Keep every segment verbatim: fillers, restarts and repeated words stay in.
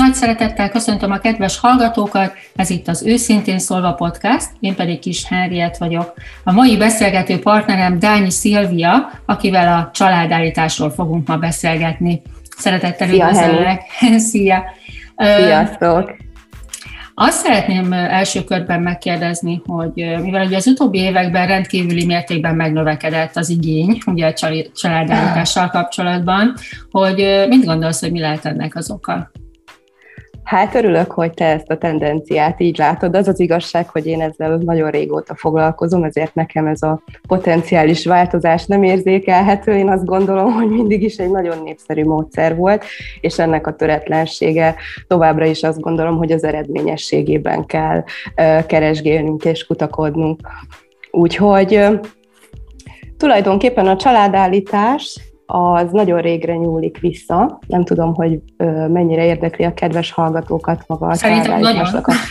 Nagy szeretettel köszöntöm a kedves hallgatókat, ez itt az Őszintén Szólva Podcast, én pedig Kis Henriett vagyok. A mai beszélgető partnerem Dányi Szilvia, akivel a családállításról fogunk ma beszélgetni. Szeretettel üdvözöllek. Szia! Sziasztok! Azt szeretném első körben megkérdezni, hogy mivel ugye az utóbbi években rendkívüli mértékben megnövekedett az igény ugye a családállítással kapcsolatban, hogy mit gondolsz, hogy mi lehet ennek az oka? Hát örülök, hogy te ezt a tendenciát így látod. Az az igazság, hogy én ezzel nagyon régóta foglalkozom, ezért nekem ez a potenciális változás nem érzékelhető. Én azt gondolom, hogy mindig is egy nagyon népszerű módszer volt, és ennek a töretlensége továbbra is azt gondolom, hogy az eredményességében kell keresgélnünk és kutakodnunk. Úgyhogy tulajdonképpen a családállítás az nagyon régre nyúlik vissza. Nem tudom, hogy mennyire érdekli a kedves hallgatókat maga a családállításnak a,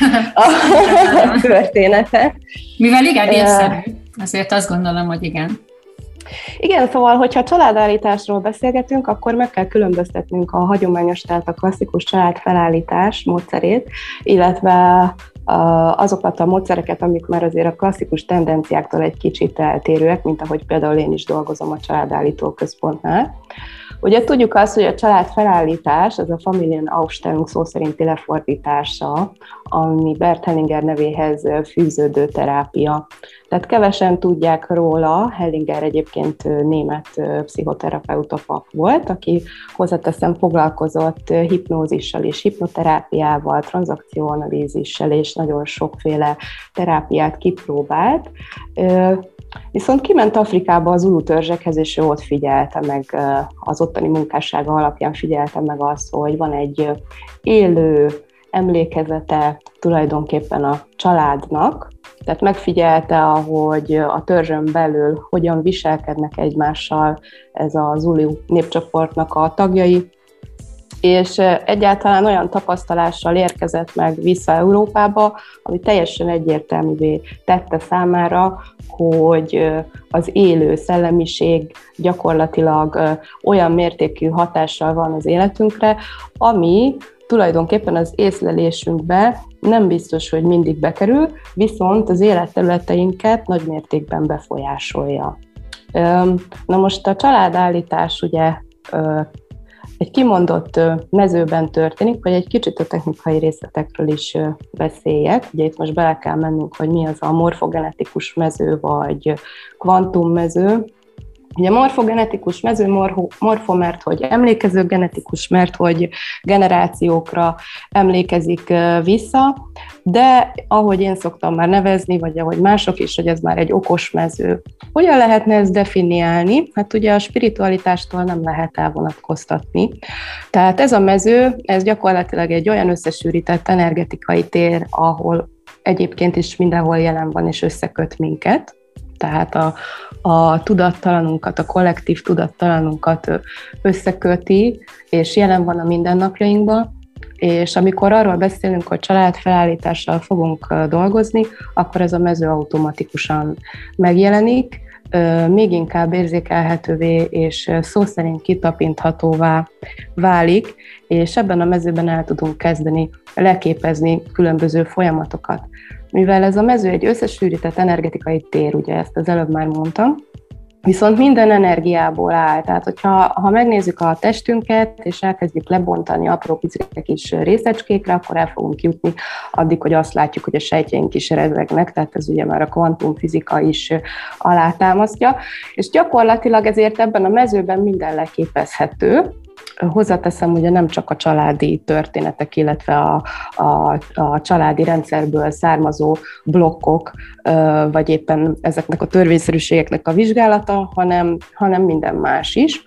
a története. Mivel igen, népszerű, azért azt gondolom, hogy igen. Igen, szóval, hogyha családállításról beszélgetünk, akkor meg kell különböztetnünk a hagyományos, tehát a klasszikus családfelállítás módszerét, illetve azokat a módszereket, amik már azért a klasszikus tendenciáktól egy kicsit eltérőek, mint ahogy például én is dolgozom a Családállító Központnál. Ugye tudjuk azt, hogy a családfelállítás, az a Familienaufstellung szó szerinti lefordítása, ami Bert Hellinger nevéhez fűződő terápia. Tehát kevesen tudják róla, Hellinger egyébként német pszichoterapeuta pap volt, aki hozzáteszem foglalkozott hipnózissal és hipnoterápiával, tranzakcióanalízissel és nagyon sokféle terápiát kipróbált. Viszont kiment Afrikába az Zulu törzsekhez, és ő ott figyelte meg, az ottani munkássága alapján figyelte meg azt, hogy van egy élő emlékezete tulajdonképpen a családnak, tehát megfigyelte, ahogy a törzsön belül hogyan viselkednek egymással ez a Zulu népcsoportnak a tagjai, és egyáltalán olyan tapasztalással érkezett meg vissza Európába, ami teljesen egyértelművé tette számára, hogy az élő szellemiség gyakorlatilag olyan mértékű hatással van az életünkre, ami tulajdonképpen az észlelésünkbe nem biztos, hogy mindig bekerül, viszont az életterületeinket nagy mértékben befolyásolja. Na most a családállítás ugye egy kimondott mezőben történik, vagy egy kicsit a technikai részletekről is beszéljek. Ugye itt most bele kell mennünk, hogy mi az a morfogenetikus mező, vagy kvantummező. Ugye morfogenetikus mező, morfo, mert hogy emlékező, genetikus, mert hogy generációkra emlékezik vissza, de ahogy én szoktam már nevezni, vagy ahogy mások is, hogy ez már egy okos mező. Hogyan lehetne ezt definiálni? Hát ugye a spiritualitástól nem lehet elvonatkoztatni. Tehát ez a mező, ez gyakorlatilag egy olyan összesűrített energetikai tér, ahol egyébként is mindenhol jelen van és összeköt minket. Tehát a, a tudattalanunkat, a kollektív tudattalanunkat összeköti, és jelen van a mindennapjainkban, és amikor arról beszélünk, hogy családfelállítással fogunk dolgozni, akkor ez a mező automatikusan megjelenik, még inkább érzékelhetővé és szó szerint kitapinthatóvá válik, és ebben a mezőben el tudunk kezdeni leképezni különböző folyamatokat. Mivel ez a mező egy összesűrített energetikai tér, ugye ezt az előbb már mondtam, viszont minden energiából áll. Tehát, hogyha ha megnézzük a testünket, és elkezdjük lebontani apró pici kis részecskékre, akkor el fogunk jutni addig, hogy azt látjuk, hogy a sejtjeink is rezegnek, tehát ez ugye már a kvantumfizika is alátámasztja. És gyakorlatilag ezért ebben a mezőben minden leképezhető. Hozzáteszem, ugye nem csak a családi történetek, illetve a, a, a családi rendszerből származó blokkok, vagy éppen ezeknek a törvényszerűségeknek a vizsgálata, hanem, hanem minden más is.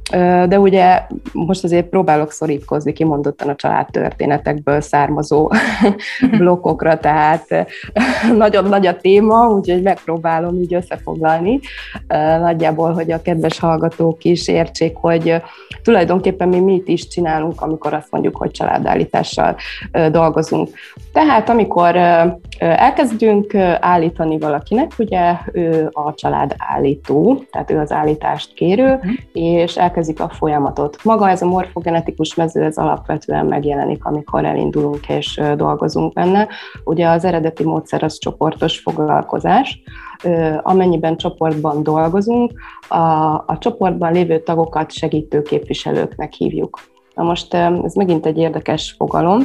De ugye most azért próbálok szorítkozni kimondottan a családtörténetekből származó blokkokra, tehát nagyon nagy a téma, úgyhogy megpróbálom így összefoglalni nagyjából, hogy a kedves hallgatók is értsék, hogy tulajdonképpen mi mit is csinálunk, amikor azt mondjuk, hogy családállítással dolgozunk. Tehát amikor elkezdünk állítani valakinek, ugye ő a családállító, tehát ő az állítást kérő, és elkezd elkezdjük a folyamatot. Maga ez a morfogenetikus mező, ez alapvetően megjelenik, amikor elindulunk és dolgozunk benne. Ugye az eredeti módszer az csoportos foglalkozás. Amennyiben csoportban dolgozunk, a, a csoportban lévő tagokat segítő képviselőknek hívjuk. Na most ez megint egy érdekes fogalom.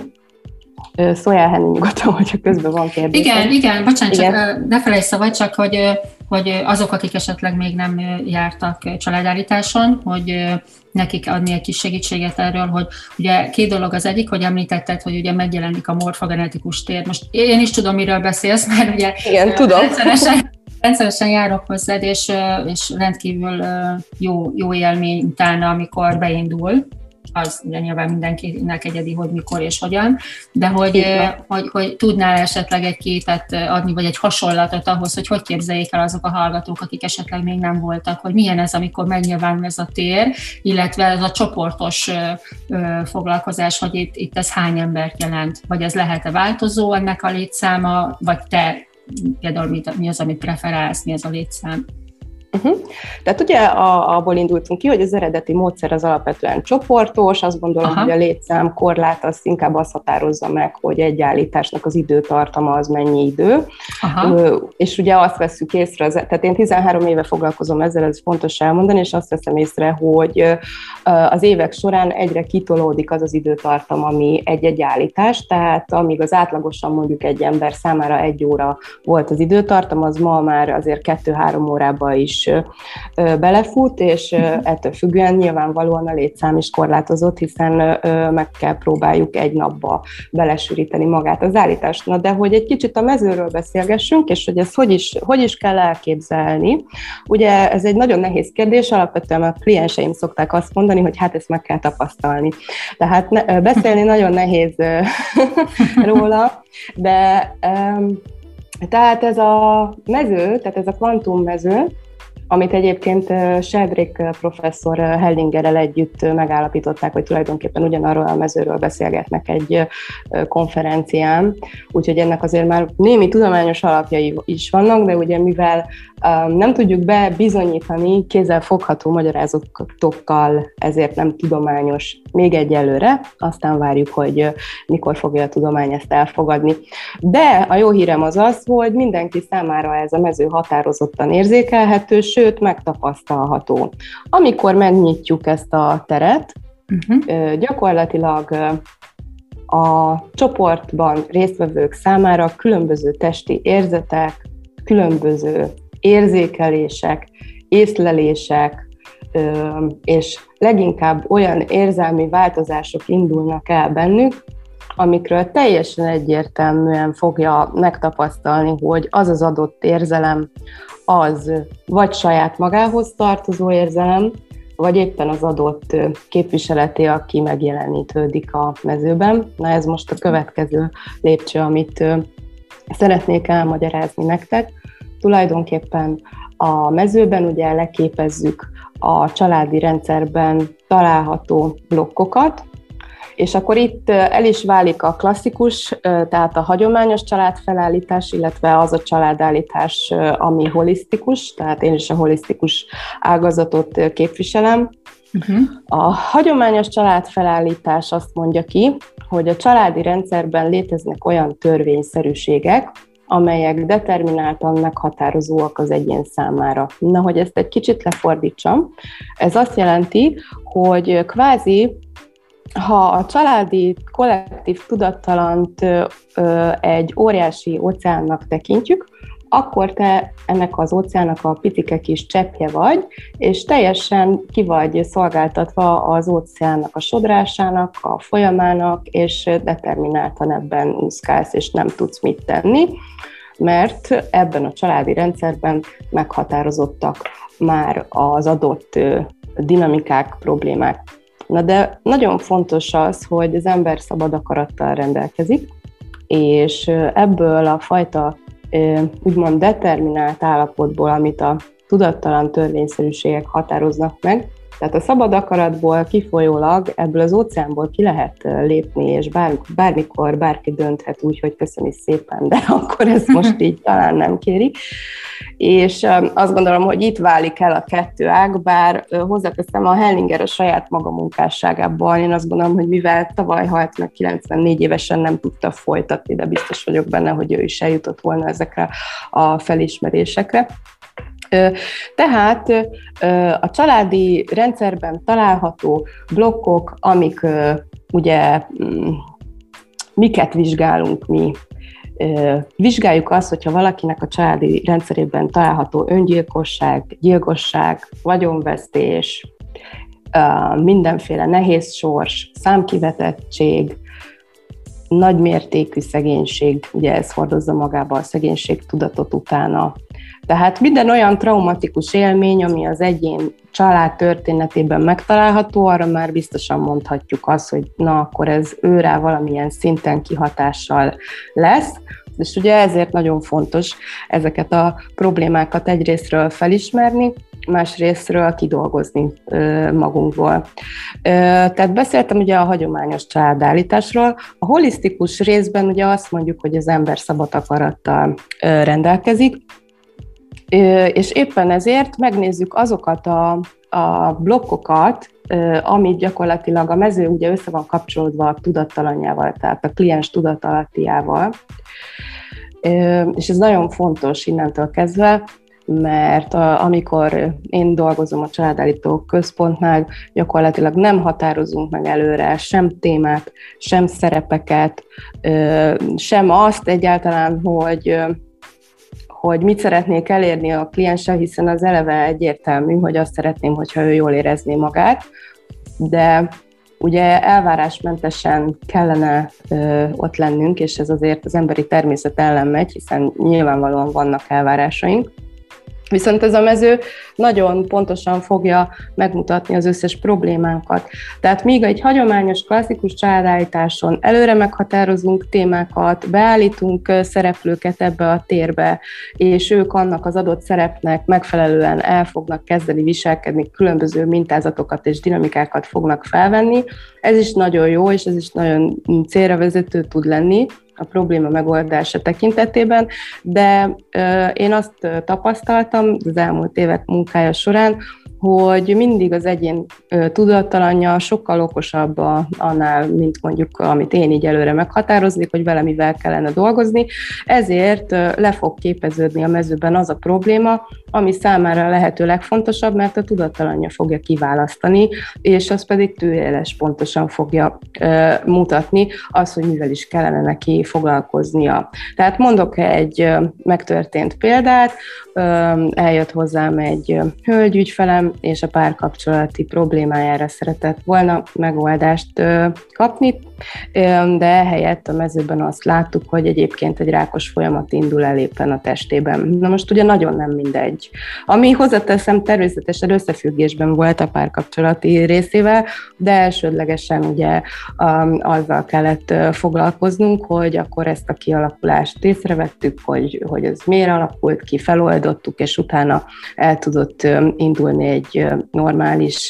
Szóljál, Henni, nyugodtan, hogyha közben van kérdés. Igen, igen, bocsánat, igen. Csak ne felejtsd szabad, csak hogy, hogy azok, akik esetleg még nem jártak családállításon, hogy nekik adni egy kis segítséget erről, hogy ugye két dolog az egyik, hogy említetted, hogy ugye megjelenik a morfogenetikus tér. Most én is tudom, miről beszélsz, mert ugye igen, tudom. Rendszeresen, rendszeresen járok hozzád, és, és rendkívül jó, jó élmény utána, amikor beindul. Az ugye nyilván mindenkinek egyedi, hogy mikor és hogyan, de hogy, hogy, hogy tudnál esetleg egy képet adni, vagy egy hasonlatot ahhoz, hogy hogy képzeljék el azok a hallgatók, akik esetleg még nem voltak, hogy milyen ez, amikor megnyilvánul ez a tér, illetve ez a csoportos foglalkozás, hogy itt, itt ez hány embert jelent, vagy ez lehet-e változó ennek a létszáma, vagy te például mi az, amit preferálsz, mi az a létszám? Uh-huh. Tehát ugye a, abból indultunk ki, hogy az eredeti módszer az alapvetően csoportos, azt gondolom, Aha. hogy a létszám korlát az inkább azt határozza meg, hogy egy állításnak az időtartama az mennyi idő. Aha. És ugye azt vesszük észre, tehát én tizenhárom éve foglalkozom ezzel, ez fontos elmondani, és azt veszem észre, hogy az évek során egyre kitolódik az az időtartam, ami egy-egy állítás, tehát amíg az átlagosan mondjuk egy ember számára egy óra volt az időtartam, az ma már azért kettő-három órába is belefut, és ettől függően nyilvánvalóan a létszám is korlátozott, hiszen meg kell próbáljuk egy napba belesűríteni magát az állítást. Na, de hogy egy kicsit a mezőről beszélgessünk, és hogy ezt hogy is, hogy is kell elképzelni. Ugye ez egy nagyon nehéz kérdés, alapvetően a klienseim szokták azt mondani, hogy hát ezt meg kell tapasztalni. Tehát ne, beszélni nagyon nehéz róla, de tehát ez a mező, tehát ez a kvantummező, amit egyébként Sheldrake professzor Hellingerrel együtt megállapították, hogy tulajdonképpen ugyanarról a mezőről beszélgetnek egy konferencián, úgyhogy ennek azért már némi tudományos alapjai is vannak, de ugye mivel nem tudjuk bebizonyítani kézzel fogható magyarázatokkal, ezért nem tudományos még egyelőre, aztán várjuk, hogy mikor fogja a tudomány ezt elfogadni. De a jó hírem az az, hogy mindenki számára ez a mező határozottan érzékelhető, sőt megtapasztalható. Amikor megnyitjuk ezt a teret, uh-huh. gyakorlatilag a csoportban résztvevők számára különböző testi érzetek, különböző érzékelések, észlelések, és leginkább olyan érzelmi változások indulnak el bennük, amikről teljesen egyértelműen fogja megtapasztalni, hogy az az adott érzelem, az vagy saját magához tartozó érzelem, vagy éppen az adott képviseleté, aki megjelenítődik a mezőben. Na ez most a következő lépcső, amit szeretnék elmagyarázni nektek. Tulajdonképpen a mezőben ugye leképezzük a családi rendszerben található blokkokat, és akkor itt el is válik a klasszikus, tehát a hagyományos családfelállítás, illetve az a családállítás, ami holisztikus, tehát én is a holisztikus ágazatot képviselem. Uh-huh. A hagyományos családfelállítás azt mondja ki, hogy a családi rendszerben léteznek olyan törvényszerűségek, amelyek determináltan meghatározóak az egyén számára. Na, hogy ezt egy kicsit lefordítsam, ez azt jelenti, hogy kvázi, ha a családi kollektív tudattalant egy óriási óceánnak tekintjük, akkor te ennek az óceánnak a picike kis cseppje vagy, és teljesen ki vagy szolgáltatva az óceánnak a sodrásának, a folyamának, és determináltan ebben úszkálsz, és nem tudsz mit tenni, mert ebben a családi rendszerben meghatározottak már az adott dinamikák, problémák. Na de nagyon fontos az, hogy az ember szabad akarattal rendelkezik, és ebből a fajta úgymond determinált állapotból, amit a tudattalan törvényszerűségek határoznak meg, Tehát a szabad akaratból kifolyólag ebből az óceánból ki lehet lépni, és bár, bármikor bárki dönthet úgy, hogy köszöni szépen, de akkor ezt most így talán nem kéri. És azt gondolom, hogy itt válik el a kettő ág, bár hozzáteszem, a Hellinger a saját maga munkásságában, én azt gondolom, hogy mivel tavaly halt meg kilencvennégy évesen, nem tudta folytatni, de biztos vagyok benne, hogy ő is eljutott volna ezekre a felismerésekre. Tehát a családi rendszerben található blokkok, amik ugye miket vizsgálunk mi, vizsgáljuk azt, hogyha valakinek a családi rendszerében található öngyilkosság, gyilkosság, vagyonvesztés, mindenféle nehéz sors, számkivetettség, nagymértékű szegénység, ugye ez hordozza magába a szegénység tudatot utána. Tehát minden olyan traumatikus élmény, ami az egyén család történetében megtalálható, arra már biztosan mondhatjuk azt, hogy na, akkor ez őrá valamilyen szinten kihatással lesz. És ugye ezért nagyon fontos ezeket a problémákat egyrésztről felismerni, másrésztről kidolgozni magunkból. Tehát beszéltem ugye a hagyományos családállításról. A holisztikus részben ugye azt mondjuk, hogy az ember szabad akarattal rendelkezik, és éppen ezért megnézzük azokat a, a blokkokat, amit gyakorlatilag a mező ugye össze van kapcsolódva a tudattalanjával, tehát a kliens tudatalattiával. És ez nagyon fontos innentől kezdve, mert a, amikor én dolgozom a Családállító Központnál, gyakorlatilag nem határozunk meg előre sem témát, sem szerepeket, sem azt egyáltalán, hogy hogy mit szeretnék elérni a klienssel, hiszen az eleve egyértelmű, hogy azt szeretném, hogyha ő jól érezné magát, de ugye elvárásmentesen kellene ö, ott lennünk, és ez azért az emberi természet ellen megy, hiszen nyilvánvalóan vannak elvárásaink. Viszont ez a mező nagyon pontosan fogja megmutatni az összes problémánkat. Tehát míg egy hagyományos, klasszikus családállításon előre meghatározunk témákat, beállítunk szereplőket ebbe a térbe, és ők annak az adott szerepnek megfelelően el fognak kezdeni viselkedni, különböző mintázatokat és dinamikákat fognak felvenni. Ez is nagyon jó, és ez is nagyon célra vezető tud lenni a probléma megoldása tekintetében, de én azt tapasztaltam az elmúlt évek munkája során, hogy mindig az egyén tudatalanja sokkal okosabb annál, mint mondjuk, amit én így előre meghatároznék, hogy vele mivel kellene dolgozni. Ezért le fog képeződni a mezőben az a probléma, ami számára lehető legfontosabb, mert a tudatalanja fogja kiválasztani, és az pedig tűréles pontosan fogja mutatni az, hogy mivel is kellene neki foglalkoznia. Tehát mondok egy megtörtént példát, eljött hozzám egy hölgyügyfelem, és a párkapcsolati problémájára szeretett volna megoldást kapni, de ehelyett a mezőben azt láttuk, hogy egyébként egy rákos folyamat indul el éppen a testében. Na most ugye nagyon nem mindegy. Ami hozzáteszem, természetesen összefüggésben volt a párkapcsolati részével, de elsődlegesen ugye azzal kellett foglalkoznunk, hogy akkor ezt a kialakulást észrevettük, hogy, hogy ez miért alakult ki, feloldottuk, és utána el tudott indulni egy normális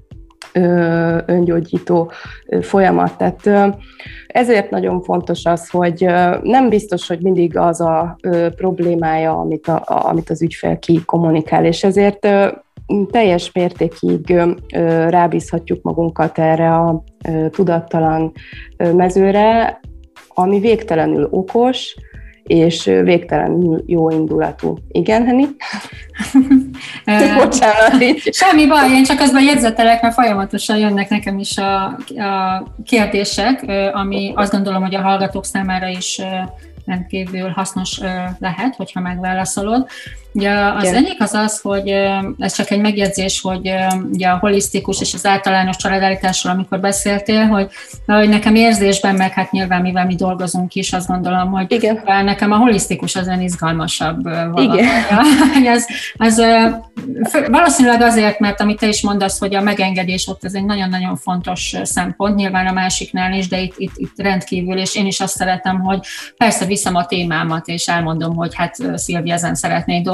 öngyógyító folyamat. Tehát ezért nagyon fontos az, hogy nem biztos, hogy mindig az a problémája, amit, a, amit az ügyfél kikommunikál, és ezért teljes mértékig rábízhatjuk magunkat erre a tudattalan mezőre, ami végtelenül okos, és végtelenül jó indulatú. Igen, Henni? Bocsánat. Semmi baj, én csak közben jegyzetelek, mert folyamatosan jönnek nekem is a, a kérdések, ami azt gondolom, hogy a hallgatók számára is rendkívül hasznos lehet, hogyha megválaszolod. Ugye az Igen. egyik az az, hogy ez csak egy megjegyzés, hogy ugye a holisztikus és az általános családállításról, amikor beszéltél, hogy, hogy nekem érzésben, meg hát nyilván mivel mi dolgozunk is, azt gondolom, hogy Igen. nekem a holisztikus az olyan izgalmasabb valami. ez, ez valószínűleg azért, mert amit te is mondasz, hogy a megengedés ott ez egy nagyon-nagyon fontos szempont, nyilván a másiknál is, de itt, itt, itt rendkívül, és én is azt szeretem, hogy persze viszem a témámat, és elmondom, hogy hát Szilvi, ezen szeretnék dolgozni,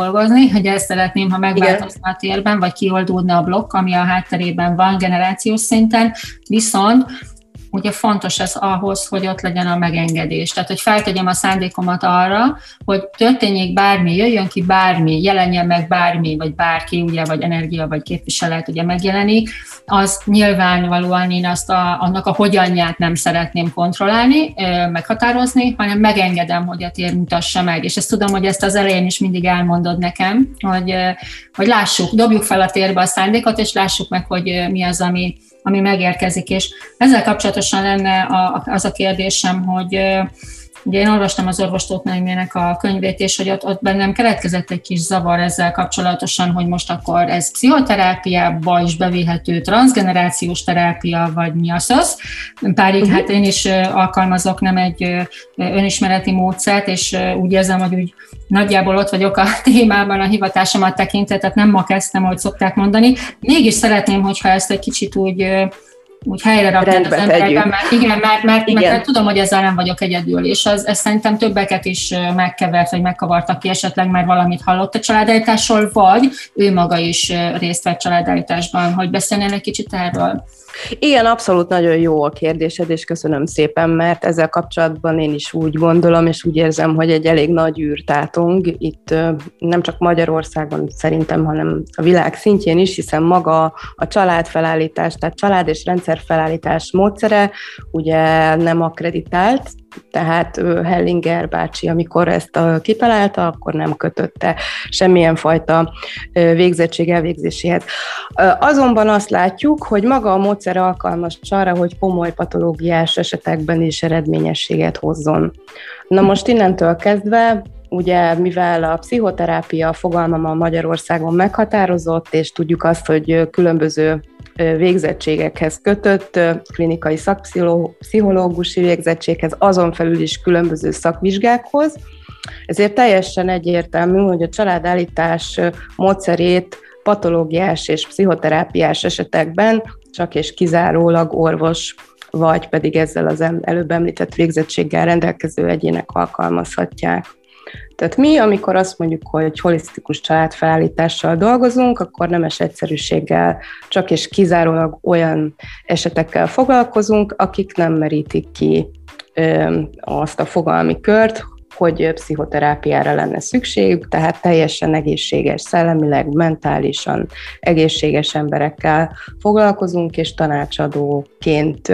dolgozni, hogy ezt szeretném, ha megváltozna a térben, vagy kioldódna a blokk, ami a hátterében van generációs szinten, viszont ugye fontos ez ahhoz, hogy ott legyen a megengedés. Tehát, hogy feltegyem a szándékomat arra, hogy történjék bármi, jöjjön ki bármi, jelenjen meg bármi, vagy bárki, ugye, vagy energia, vagy képviselet ugye megjelenik, az nyilvánvalóan én azt a, annak a hogyanját nem szeretném kontrollálni, meghatározni, hanem megengedem, hogy a tér mutassa meg. És ezt tudom, hogy ezt az elején is mindig elmondod nekem, hogy, hogy lássuk, dobjuk fel a térbe a szándékot, és lássuk meg, hogy mi az, ami ami megérkezik, és ezzel kapcsolatosan lenne az a kérdésem, hogy ugye én olvastam az orvostót Noéminek a könyvét, és hogy ott, ott bennem keletkezett egy kis zavar ezzel kapcsolatosan, hogy most akkor ez pszichoterápiába is bevihető, transzgenerációs terápia, vagy mi az az. Párig, uh-huh. hát én is alkalmazok nem egy önismereti módszert, és úgy érzem, hogy úgy nagyjából ott vagyok a témában, a hivatásomat tekintve, tehát nem ma kezdtem, ahogy szokták mondani. Mégis szeretném, hogyha ezt egy kicsit úgy úgy helyre rakni az emberekben, mert igen, mert, mert, igen. mert tudom, hogy ezzel nem vagyok egyedül, és az, ez szerintem többeket is megkevert, vagy megkavartak ki esetleg, mert valamit hallott a családállításról, vagy ő maga is részt vett családállításban, hogy beszélnél egy kicsit erről. Igen, abszolút nagyon jó a kérdésed, és köszönöm szépen, mert ezzel kapcsolatban én is úgy gondolom, és úgy érzem, hogy egy elég nagy űr tátong itt nem csak Magyarországon szerintem, hanem a világ szintjén is, hiszen maga a családfelállítás, tehát család és rendszerfelállítás módszere ugye nem akkreditált, tehát Hellinger bácsi, amikor ezt kitalálta, akkor nem kötötte semmilyen fajta végzettség elvégzéséhez. Azonban azt látjuk, hogy maga a módszer alkalmas arra, hogy komoly patológiás esetekben is eredményességet hozzon. Na most innentől kezdve, ugye mivel a pszichoterápia fogalma Magyarországon meghatározott, és tudjuk azt, hogy különböző végzettségekhez kötött, klinikai szakpszichológusi végzettséghez, azon felül is különböző szakvizsgákhoz. Ezért teljesen egyértelmű, hogy a családállítás módszerét patológiás és pszichoterápiás esetekben csak és kizárólag orvos, vagy pedig ezzel az előbb említett végzettséggel rendelkező egyének alkalmazhatják. Tehát mi, amikor azt mondjuk, hogy holisztikus családfelállítással dolgozunk, akkor nemes egyszerűséggel csak és kizárólag olyan esetekkel foglalkozunk, akik nem merítik ki ö, azt a fogalmi kört, hogy pszichoterápiára lenne szükségük, tehát teljesen egészséges, szellemileg, mentálisan egészséges emberekkel foglalkozunk, és tanácsadóként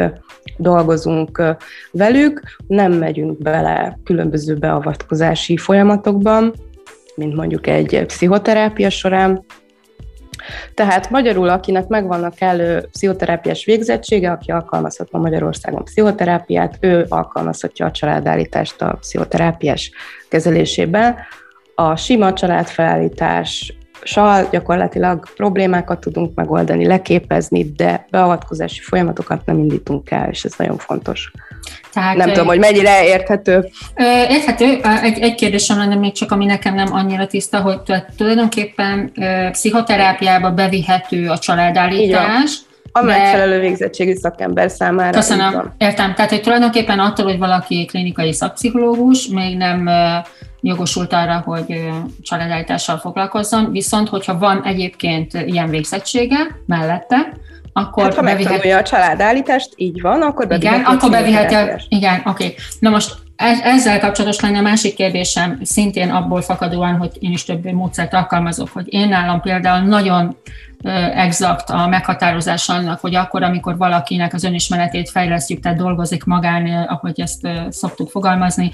dolgozunk velük, nem megyünk bele különböző beavatkozási folyamatokban, mint mondjuk egy pszichoterápia során. Tehát magyarul, akinek megvannak kellő pszichoterápiás végzettsége, aki alkalmazhatna Magyarországon pszichoterápiát, ő alkalmazhatja a családállítást a pszichoterápiás kezelésében. A sima családfelállítással gyakorlatilag problémákat tudunk megoldani, leképezni, de beavatkozási folyamatokat nem indítunk el, és ez nagyon fontos. Tehát, nem tudom, hogy mennyire érthető. Érthető. Egy, egy kérdésem lenne még csak, ami nekem nem annyira tiszta, hogy tulajdonképpen pszichoterápiába bevihető a családállítás. A de... megfelelő végzettségű szakember számára. Köszönöm. Értem. Tehát, hogy tulajdonképpen attól, hogy valaki klinikai szakpszichológus, még nem jogosult arra, hogy családállítással foglalkozzon, viszont hogyha van egyébként ilyen végzettsége mellette, akkor hát, ha bevihet... megtanulja a családállítást, így van, akkor beviheti. Igen, akkor beviheti. Igen, oké. Okay. Na most ezzel kapcsolatos lenne a másik kérdésem, szintén abból fakadóan, hogy én is több módszert alkalmazok, hogy én nálam például nagyon exakt a meghatározás annak, hogy akkor, amikor valakinek az önismeretét fejlesztjük, tehát dolgozik magán, ahogy ezt szoktuk fogalmazni,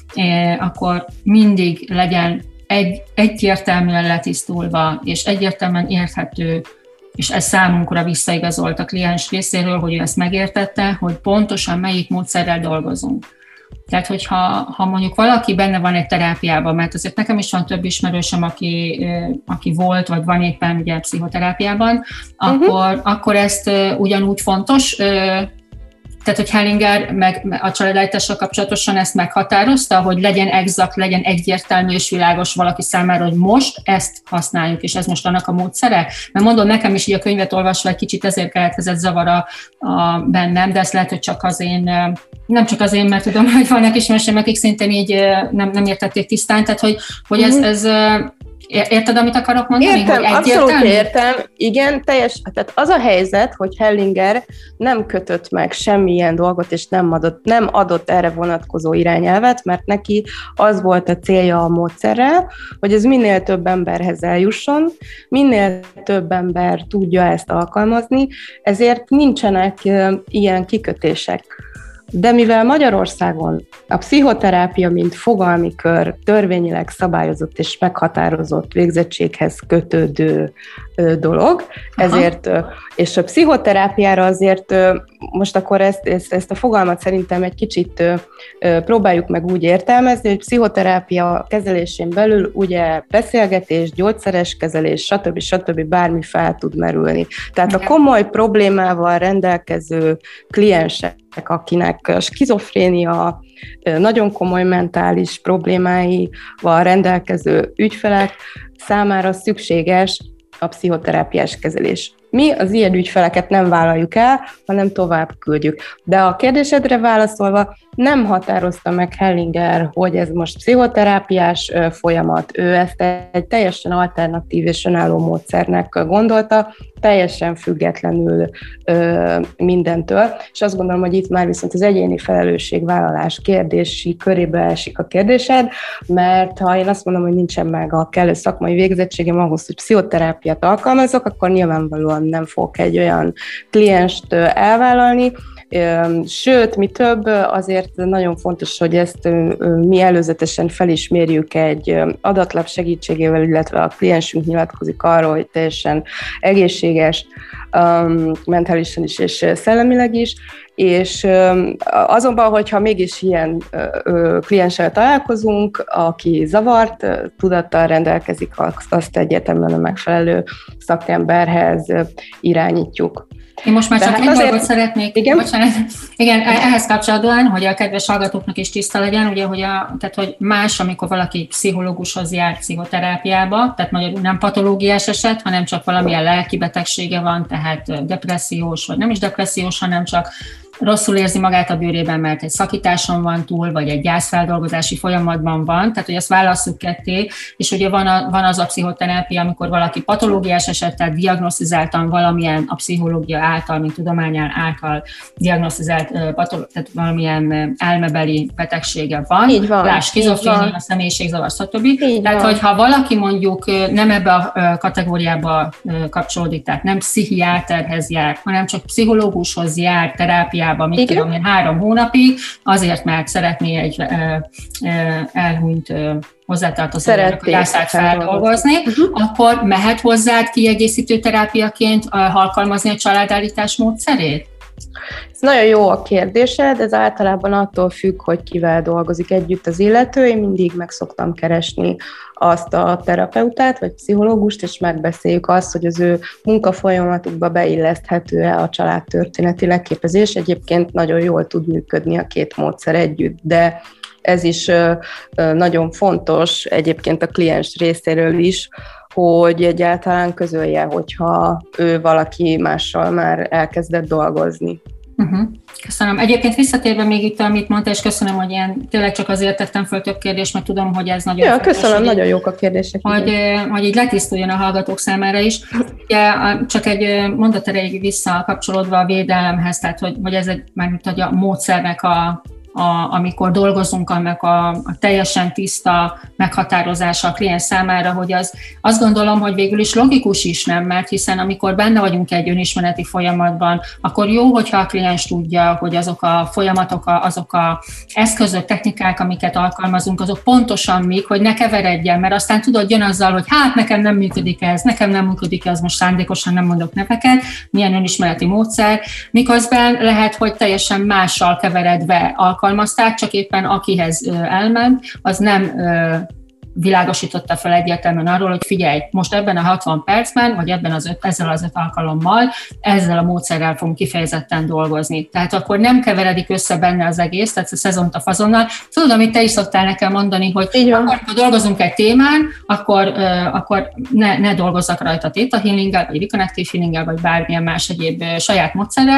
akkor mindig legyen egy, egyértelműen letisztulva, és egyértelműen érthető, és ez számunkra visszaigazolt a kliens részéről, hogy ő ezt megértette, hogy pontosan melyik módszerrel dolgozunk. Tehát, hogyha ha mondjuk valaki benne van egy terápiában, mert azért nekem is van több ismerősöm, aki, aki volt, vagy van éppen ugye pszichoterápiában, uh-huh. akkor, akkor ezt ugyanúgy fontos, tehát, hogy Hellinger meg a családállítással kapcsolatosan ezt meghatározta, hogy legyen exakt, legyen egyértelmű és világos valaki számára, hogy most ezt használjuk, és ez most annak a módszere. Mert mondom, nekem is így a könyvet olvasva egy kicsit ezért keletkezett zavara a bennem, de ez lehet, hogy csak az én, nem csak az én, mert tudom, hogy vannak ismerőseim, akik szintén így nem, nem értették tisztán, tehát, hogy, hogy ez, ez Érted, amit akarok mondani? Értem, abszolút értem. Igen, teljes. Tehát az a helyzet, hogy Hellinger nem kötött meg semmilyen dolgot, és nem adott, nem adott erre vonatkozó irányelvet, mert neki az volt a célja a módszerrel, hogy ez minél több emberhez eljusson, minél több ember tudja ezt alkalmazni, ezért nincsenek ilyen kikötések. De mivel Magyarországon a pszichoterápia, mint fogalmi kör törvényileg szabályozott és meghatározott végzettséghez kötődő dolog, ezért, aha, és a pszichoterápiára azért most akkor ezt, ezt, ezt a fogalmat szerintem egy kicsit próbáljuk meg úgy értelmezni, hogy pszichoterápia kezelésén belül ugye beszélgetés, gyógyszeres kezelés, stb. stb. Bármi fel tud merülni. Tehát a komoly problémával rendelkező kliensek, akinek skizofrénia, nagyon komoly mentális problémáival rendelkező ügyfelek számára szükséges a pszichoterápiás kezelés. Mi az ilyen ügyfeleket nem vállaljuk el, hanem tovább küldjük. De a kérdésedre válaszolva, nem határozta meg Hellinger, hogy ez most pszichoterápiás folyamat. Ő ezt egy teljesen alternatív és önálló módszernek gondolta, teljesen függetlenül ö, mindentől, és azt gondolom, hogy itt már viszont az egyéni felelősségvállalás kérdési körébe esik a kérdésed, mert ha én azt mondom, hogy nincsen meg a kellő szakmai végzettségem ahhoz, hogy pszichoterápiát alkalmazok, akkor nyilvánvalóan nem fogok egy olyan klienst elvállalni. Sőt, mi több, azért nagyon fontos, hogy ezt mi előzetesen felismérjük egy adatlap segítségével, illetve a kliensünk nyilatkozik arról, hogy teljesen egészséges, mentálisan is és szellemileg is, és azonban, hogyha mégis ilyen klienssel találkozunk, aki zavart, tudattal rendelkezik, azt egyértelműen a megfelelő szakemberhez irányítjuk. Én most már csak egy azért... dolgot szeretnék, igen? Bocsánat, igen, ehhez kapcsolatban, hogy a kedves hallgatóknak is tiszta legyen, ugye, hogy, a, tehát, hogy más, amikor valaki pszichológushoz jár pszichoterápiába, tehát magyarul nem patológiás eset, hanem csak valamilyen lelki betegsége van, tehát depressziós, vagy nem is depressziós, hanem csak rosszul érzi magát a bőrében, mert egy szakításon van túl, vagy egy gyászfeldolgozási folyamatban van, tehát hogy ezt válasszuk ketté, és ugye van, a, van az a pszichoterápia, amikor valaki patológiás esettel diagnosztizáltan valamilyen a pszichológia által, mint tudományán által diagnosztizált, tehát valamilyen elmebeli betegsége van, így van, lásd skizofrénia, személyiségzavar, stb. Így tehát, van. hogyha valaki mondjuk nem ebbe a kategóriába kapcsolódik, tehát nem pszichiáterhez jár, hanem csak pszichológushoz jár, terápiába, mit tudom én, három hónapig, azért, mert szeretné egy ö, ö, elhunyt ö, hozzátartozójának a gyászát feldolgozni, uh-huh. akkor mehet hozzád kiegészítő terápiaként uh, alkalmazni a családállítás módszerét? Ez nagyon jó a kérdésed, ez általában attól függ, hogy kivel dolgozik együtt az illető. Én mindig meg szoktam keresni azt a terapeutát, vagy pszichológust, és megbeszéljük azt, hogy az ő munkafolyamatukba beilleszthető-e a családtörténeti leképezés. Egyébként nagyon jól tud működni a két módszer együtt, de ez is nagyon fontos egyébként a kliens részéről is, hogy egyáltalán közölje, hogyha ő valaki mással már elkezdett dolgozni. Uh-huh. Köszönöm. Egyébként visszatérve még itt, amit mondta, és köszönöm, hogy ilyen, tényleg csak azért tettem föl több kérdést, mert tudom, hogy ez nagyon ja, fontos. Köszönöm, hogy nagyon jók a kérdések. Hogy, hogy így letisztuljon a hallgatók számára is. Ugye, csak egy mondat erejéig visszakapcsolódva a védelemhez, tehát hogy, hogy ez egy, mármint, hogy a módszernek a A, amikor dolgozunk, annak a, a teljesen tiszta meghatározása a kliens számára, hogy az, azt gondolom, hogy végül is logikus is, nem, mert hiszen amikor benne vagyunk egy önismereti folyamatban, akkor jó, hogyha a kliens tudja, hogy azok a folyamatok, azok a eszközök, technikák, amiket alkalmazunk, azok pontosan mik, hogy ne keveredjen, mert aztán tudod, jön azzal, hogy hát nekem nem működik ez, nekem nem működik ez, most szándékosan nem mondok neveket, milyen önismereti módszer, miközben lehet, hogy teljesen mással keveredve alkalmazunk, alkalmazták, csak éppen akihez elment, az nem világosította fel egyértelműen arról, hogy figyelj, most ebben a hatvan percben, vagy ebben az öt, ezzel az öt alkalommal, ezzel a módszerrel fogunk kifejezetten dolgozni. Tehát akkor nem keveredik össze benne az egész, tehát a szezont a fazonnal. Tudod, amit te is szoktál nekem mondani, hogy akkor, ha dolgozunk egy témán, akkor, uh, akkor ne, ne dolgozzak rajta Theta Healinggel, vagy Reconnective Healinggel, vagy bármilyen más egyéb uh, saját módszerrel,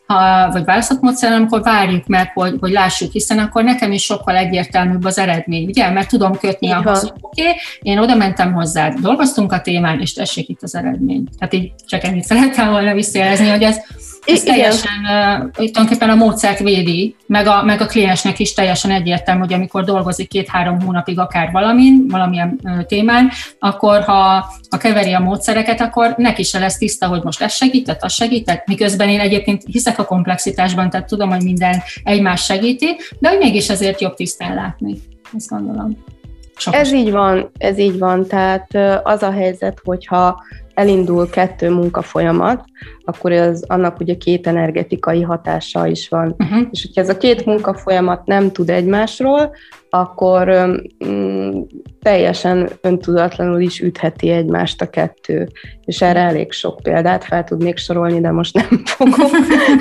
ha, vagy választott módszer, amikor várjuk meg, hogy, hogy lássuk, hiszen akkor nekem is sokkal egyértelműbb az eredmény, ugye? Mert tudom kötni ahhoz, hogy oké, okay, én oda mentem hozzá, dolgoztunk a témán, és tessék itt az eredmény. Tehát így csak ennyit szerettem volna visszajelezni, hogy ez, ez teljesen, uh, tulajdonképpen a módszert védi, meg a, meg a kliensnek is teljesen egyértelmű, hogy amikor dolgozik két-három hónapig akár valamin, valamilyen uh, témán, akkor ha, ha keveri a módszereket, akkor neki se lesz tiszta, hogy most ez segített, az segített, miközben én egyébként hiszek a komplexitásban, tehát tudom, hogy minden egymás segíti, de hogy mégis ezért jobb tisztán látni, azt gondolom. Sokas. Ez így van, ez így van, tehát az a helyzet, hogyha elindul kettő munkafolyamat, akkor az, annak ugye két energetikai hatása is van. Uh-huh. És hogyha ez a két munkafolyamat nem tud egymásról, akkor mm, teljesen öntudatlanul is ütheti egymást a kettő. És erre elég sok példát fel tudnék sorolni, de most nem fogom.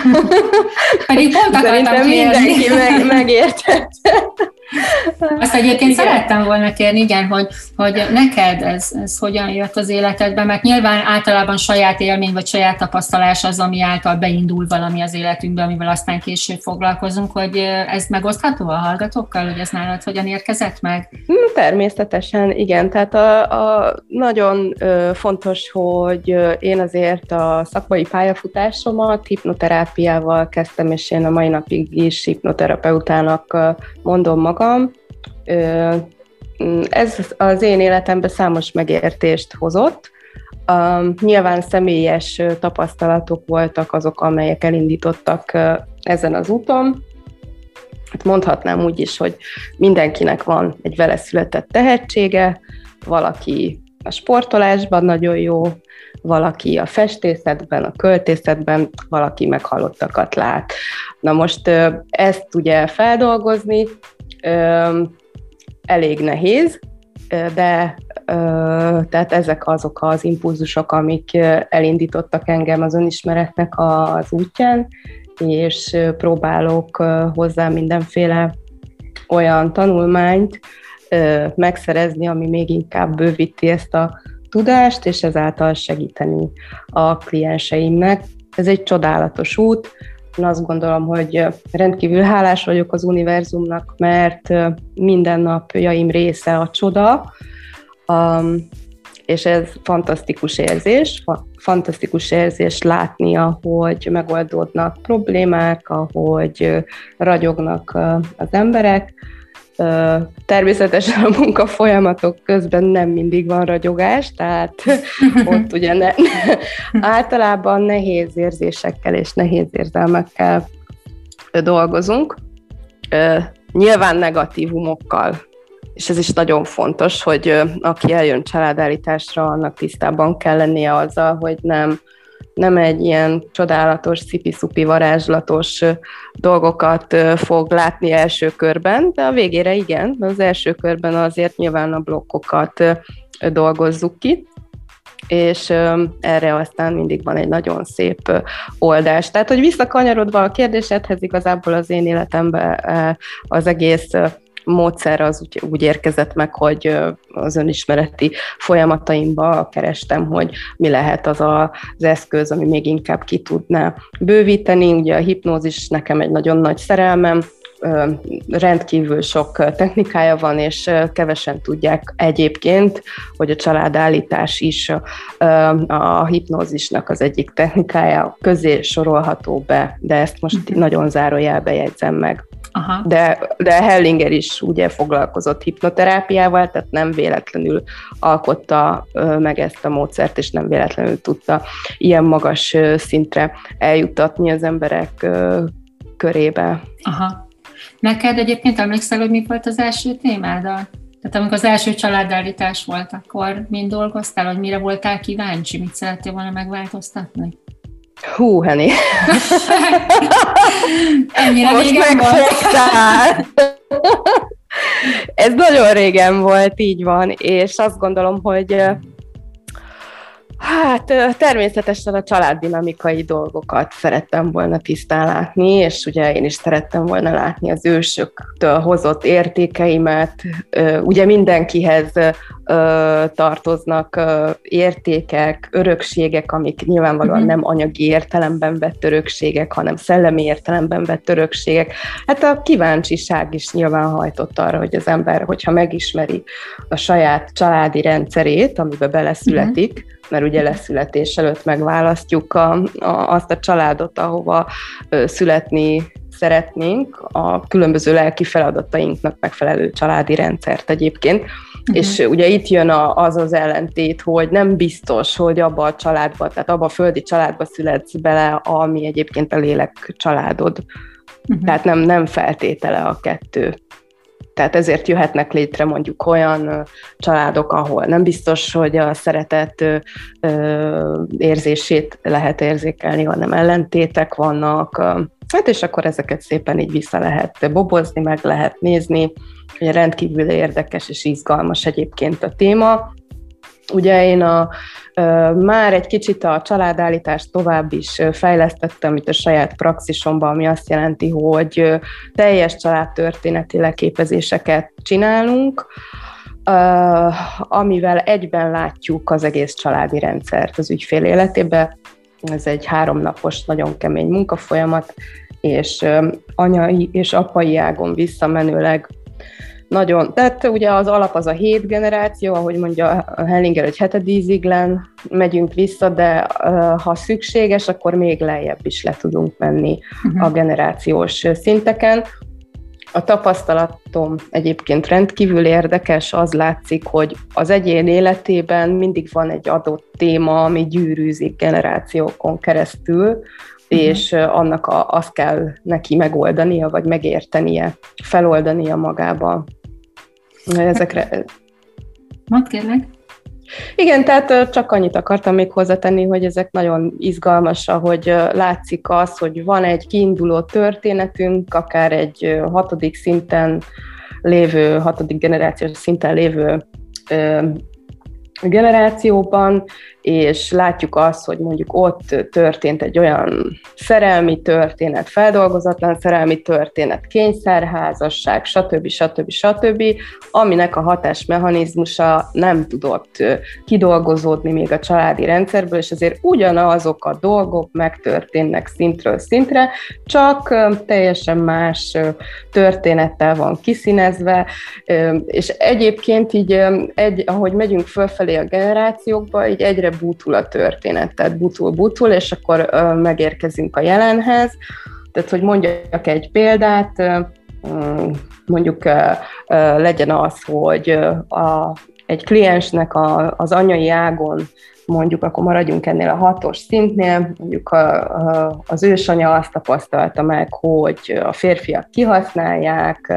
Pedig pont szerintem mindenki meg, megértette. Azt egyébként igen. Szerettem volna kérni, igen, hogy, hogy neked ez, ez hogyan jött az életedben, mert nyilván általában saját élmény vagy saját tapasztalás az, ami által beindul valami az életünkbe, amivel aztán később foglalkozunk, hogy ez megosztható a hallgatókkal, hogy ez nálad hogyan érkezett meg? Természetesen, igen. Tehát a, a nagyon ö, fontos, hogy én azért a szakmai pályafutásomat hipnoterápiával kezdtem, és én a mai napig is hipnoterapeutának mondom magam. Ö, ez az én életemben számos megértést hozott. Uh, nyilván személyes tapasztalatok voltak azok, amelyek elindítottak uh, ezen az úton. Mondhatnám úgy is, hogy mindenkinek van egy vele született tehetsége, valaki a sportolásban nagyon jó, valaki a festészetben, a költészetben, valaki meghalottakat lát. Na most uh, ezt ugye feldolgozni uh, elég nehéz, de tehát ezek azok az impulzusok, amik elindítottak engem az önismeretnek az útján, és próbálok hozzá mindenféle olyan tanulmányt megszerezni, ami még inkább bővíti ezt a tudást, és ezáltal segíteni a klienseimnek. Ez egy csodálatos út. Én azt gondolom, hogy rendkívül hálás vagyok az univerzumnak, mert mindennapjaim része a csoda, és ez fantasztikus érzés, fantasztikus érzés látni, ahogy megoldódnak problémák, ahogy ragyognak az emberek. Természetesen a munkafolyamatok közben nem mindig van ragyogás, tehát ott ugye ne, általában nehéz érzésekkel és nehéz érzelmekkel dolgozunk, nyilván negatívumokkal, és ez is nagyon fontos, hogy aki eljön családállításra, annak tisztában kell lennie azzal, hogy nem nem egy ilyen csodálatos, szipi-szupi, varázslatos dolgokat fog látni első körben, de a végére igen, az első körben azért nyilván a blokkokat dolgozzuk ki, és erre aztán mindig van egy nagyon szép oldás. Tehát, hogy visszakanyarodva a kérdésedhez, igazából az én életemben az egész módszer az úgy, úgy érkezett meg, hogy az önismereti folyamataimba kerestem, hogy mi lehet az a, az eszköz, ami még inkább ki tudná bővíteni. Ugye a hipnózis nekem egy nagyon nagy szerelmem, rendkívül sok technikája van, és kevesen tudják egyébként, hogy a családállítás is a hipnózisnak az egyik technikája közé sorolható be, de ezt most uh-huh. nagyon zárójelbe jegyzem meg. Aha. De, de Hellinger is ugye foglalkozott hipnoterápiával, tehát nem véletlenül alkotta meg ezt a módszert, és nem véletlenül tudta ilyen magas szintre eljuttatni az emberek körébe. Aha. Neked egyébként emlékszel, hogy mi volt az első témád? Tehát amikor az első családállítás volt, akkor mind dolgoztál, hogy mire voltál kíváncsi, mit szerettél volna megváltoztatni? Hú, Henni! Ennyire most megfogtál! Ez nagyon régen volt, így van, és azt gondolom, hogy Hát természetesen a családdinamikai dolgokat szerettem volna tisztán látni, és ugye én is szerettem volna látni az ősöktől hozott értékeimet. Ugye mindenkihez tartoznak értékek, örökségek, amik nyilvánvalóan nem anyagi értelemben vett örökségek, hanem szellemi értelemben vett örökségek. Hát a kíváncsiság is nyilván hajtott arra, hogy az ember, hogyha megismeri a saját családi rendszerét, amiben beleszületik, uh-huh. mert ugye leszületés előtt megválasztjuk a, a, azt a családot, ahova ö, születni szeretnénk, a különböző lelki feladatainknak megfelelő családi rendszert egyébként. Uh-huh. És ugye itt jön a, az az ellentét, hogy nem biztos, hogy abba a családba, tehát abba a földi családba születsz bele, ami egyébként a lélek családod. Uh-huh. Tehát nem, nem feltétele a kettő. Tehát ezért jöhetnek létre mondjuk olyan családok, ahol nem biztos, hogy a szeretet ö, érzését lehet érzékelni, hanem ellentétek vannak. Hát és akkor ezeket szépen így vissza lehet bobozni, meg lehet nézni. Ugye rendkívül érdekes és izgalmas egyébként a téma. Ugye én a, ö, már egy kicsit a családállítást tovább is fejlesztettem itt a saját praxisomban, ami azt jelenti, hogy ö, teljes családtörténeti leképezéseket csinálunk, ö, amivel egyben látjuk az egész családi rendszert az ügyfél életében. Ez egy háromnapos, nagyon kemény munkafolyamat, és ö, anyai és apai ágon visszamenőleg nagyon, tehát ugye az alap az a hét generáció, ahogy mondja Hellinger, hogy hetedíziglen megyünk vissza, de uh, ha szükséges, akkor még lejjebb is le tudunk menni uh-huh. a generációs szinteken. A tapasztalatom egyébként rendkívül érdekes, az látszik, hogy az egyén életében mindig van egy adott téma, ami gyűrűzik generációkon keresztül, uh-huh. és annak a, azt kell neki megoldania, vagy megértenie, feloldania magába. Ezekre... Mondd kérlek. Igen, tehát csak annyit akartam még hozzátenni, hogy ezek nagyon izgalmas, ahogy látszik az, hogy van egy kiinduló történetünk, akár egy hatodik szinten lévő, hatodik generációs szinten lévő generációban, és látjuk azt, hogy mondjuk ott történt egy olyan szerelmi történet, feldolgozatlan szerelmi történet, kényszerházasság, stb. stb. stb., aminek a hatásmechanizmusa nem tudott kidolgozódni még a családi rendszerből, és azért ugyanazok a dolgok megtörténnek szintről szintre, csak teljesen más történettel van kiszínezve, és egyébként így, egy, ahogy megyünk fölfelé a generációkba, így egyre bútul a történet, tehát butul-butul, és akkor uh, megérkezünk a jelenhez. Tehát, hogy mondjak egy példát, uh, mondjuk uh, uh, legyen az, hogy uh, a, egy kliensnek a, az anyai ágon, mondjuk akkor maradjunk ennél a hatos szintnél, mondjuk a, a, az ősanya azt tapasztalta meg, hogy a férfiak kihasználják,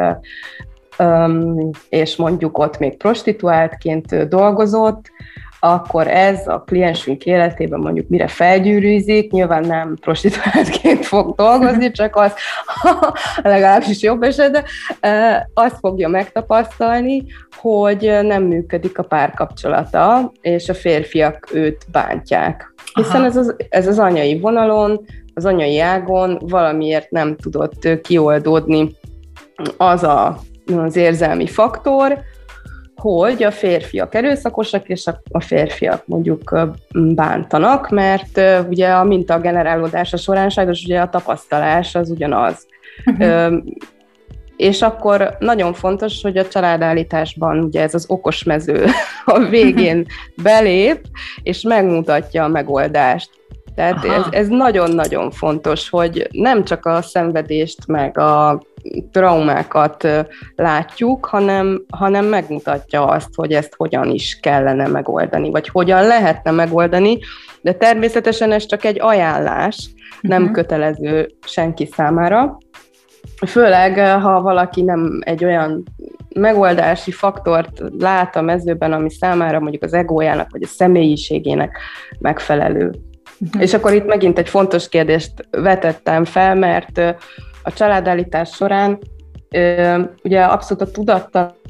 um, és mondjuk ott még prostituáltként dolgozott, akkor ez a kliensünk életében mondjuk mire felgyűrűzik, nyilván nem prostituáltként fog dolgozni, csak az legalábbis jobb esetben, azt fogja megtapasztalni, hogy nem működik a párkapcsolata, és a férfiak őt bántják. Hiszen ez az, ez az anyai vonalon, az anyai ágon valamiért nem tudott kioldódni az a, az érzelmi faktor, hogy a férfiak erőszakosak, és a férfiak mondjuk bántanak, mert ugye a mintagenerálódása során sajnos ugye a tapasztalás az ugyanaz. Uh-huh. És akkor nagyon fontos, hogy a családállításban ugye ez az okos mező a végén belép, és megmutatja a megoldást. Tehát ez, ez nagyon-nagyon fontos, hogy nem csak a szenvedést, meg a traumákat látjuk, hanem, hanem megmutatja azt, hogy ezt hogyan is kellene megoldani, vagy hogyan lehetne megoldani, de természetesen ez csak egy ajánlás, nem uh-huh. kötelező senki számára. Főleg, ha valaki nem egy olyan megoldási faktort lát a mezőben, ami számára mondjuk az egójának, vagy a személyiségének megfelelő. Uh-huh. És akkor itt megint egy fontos kérdést vetettem fel, mert a családállítás során ugye abszolút a tudattalan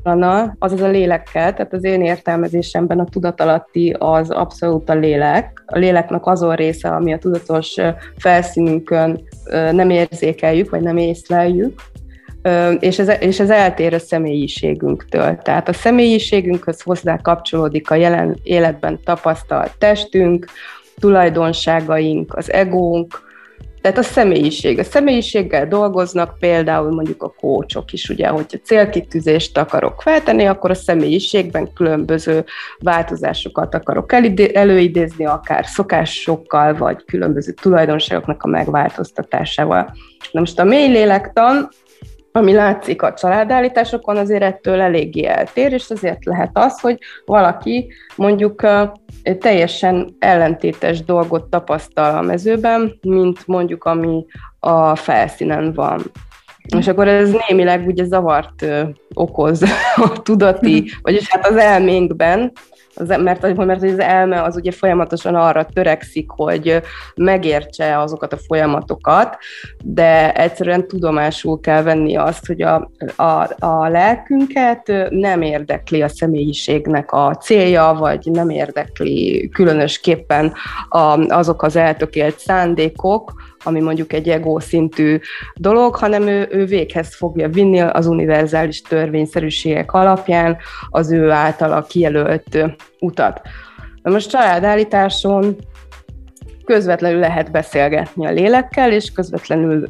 azaz a lélekkel, tehát az én értelmezésemben a tudatalatti az abszolút a lélek. A léleknek azon része, ami a tudatos felszínünkön nem érzékeljük, vagy nem észleljük, és ez, és ez eltér a személyiségünktől. Tehát a személyiségünkhöz hozzá kapcsolódik a jelen életben tapasztalt testünk, tulajdonságaink, az egónk, tehát a személyiség. A személyiséggel dolgoznak például mondjuk a coachok is, ugye, hogyha célkitűzést akarok feltenni, akkor a személyiségben különböző változásokat akarok előidézni, akár szokásokkal, vagy különböző tulajdonságoknak a megváltoztatásával. Na most a mély lélektan, ami látszik a családállításokon, azért ettől eléggé eltér, és azért lehet az, hogy valaki mondjuk teljesen ellentétes dolgot tapasztal a mezőben, mint mondjuk ami a felszínen van. És akkor ez némileg ugye zavart okoz a tudati, vagyis hát az elménkben, az, mert, mert az elme az ugye folyamatosan arra törekszik, hogy megértse azokat a folyamatokat, de egyszerűen tudomásul kell venni azt, hogy a, a, a lelkünket nem érdekli a személyiségnek a célja, vagy nem érdekli különösképpen a, azok az eltökélt szándékok, ami mondjuk egy ego szintű dolog, hanem ő, ő véghez fogja vinni az univerzális törvényszerűségek alapján az ő általa kijelölt utat. Na most családállításon közvetlenül lehet beszélgetni a lélekkel, és közvetlenül,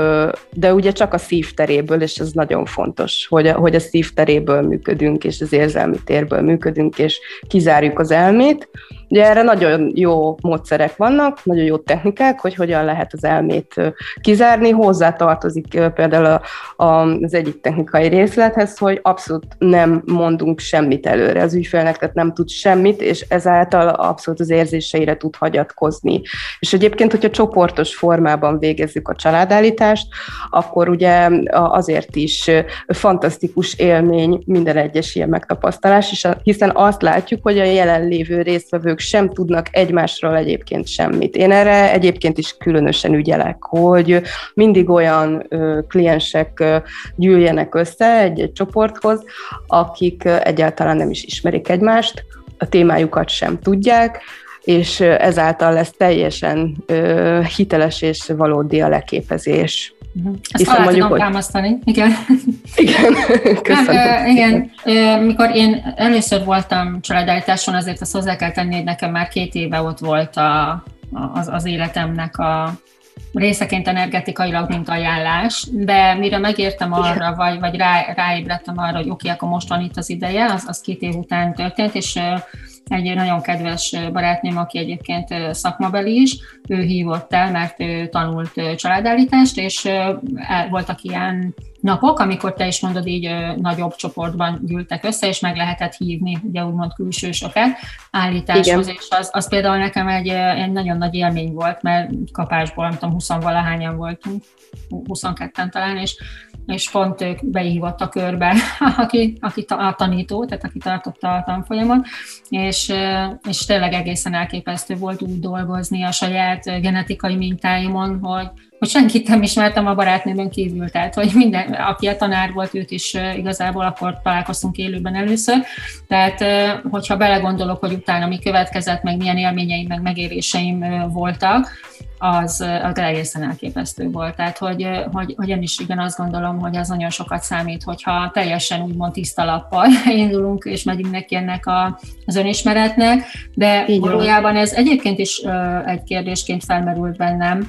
de ugye csak a szívteréből, és ez nagyon fontos, hogy a, hogy a szívteréből működünk, és az érzelmi térből működünk, és kizárjuk az elmét. Ugye erre nagyon jó módszerek vannak, nagyon jó technikák, hogy hogyan lehet az elmét kizárni. Hozzá tartozik például a, a, az egyik technikai részlethez, hogy abszolút nem mondunk semmit előre az ügyfélnek, tehát nem tud semmit, és ezáltal abszolút az érzéseire tud hagyatkozni. És egyébként, hogyha csoportos formában végezzük a családállítást, akkor ugye azért is fantasztikus élmény minden egyes ilyen megtapasztalás, hiszen azt látjuk, hogy a jelenlévő résztvevők sem tudnak egymásról egyébként semmit. Én erre egyébként is különösen ügyelek, hogy mindig olyan ö, kliensek ö, gyűljenek össze egy-egy csoporthoz, akik ö, egyáltalán nem is ismerik egymást, a témájukat sem tudják, és ö, ezáltal lesz teljesen ö, hiteles és valódi a leképezés. Uh-huh. Ezt alá tudom hogy... támasztani. Igen. Igen, köszönöm. Nem, igen, mikor én először voltam családállításon, azért azt hozzá kell tenni, hogy nekem már két éve ott volt a, az, az életemnek a részeként energetikailag, mint ajánlás, de mire megértem arra, vagy, vagy rá, ráébredtem arra, hogy oké, okay, akkor most van itt az ideje, az, az két év után történt, és egy nagyon kedves barátnőm, aki egyébként szakmabeli is, ő hívott el, mert ő tanult családállítást, és voltak ilyen napok, amikor te is mondod, így nagyobb csoportban gyűltek össze, és meg lehetett hívni, ugye úgymond külsősöket állításhoz, igen. És az, az például nekem egy, egy nagyon nagy élmény volt, mert kapásból, nem tudom, huszonvalahányan voltunk, huszonketten talán, és, és pont ők beihívott a körbe, aki, aki a tanító, tehát aki tartotta a tanfolyamot, és, és tényleg egészen elképesztő volt úgy dolgozni a saját genetikai mintáimon, hogy hogy senkit nem ismertem a barátnőmön kívül, tehát hogy minden, aki a tanár volt, őt is igazából akkor találkoztunk élőben először, tehát hogyha belegondolok, hogy utána mi következett, meg milyen élményeim, meg megéréseim voltak, az, az egészen elképesztő volt. Tehát, hogy, hogy, hogy én is igen azt gondolom, hogy az nagyon sokat számít, hogyha teljesen úgymond tiszta lappal indulunk, és megyünk neki ennek a, az önismeretnek, de így valójában ez egyébként is egy kérdésként felmerült bennem,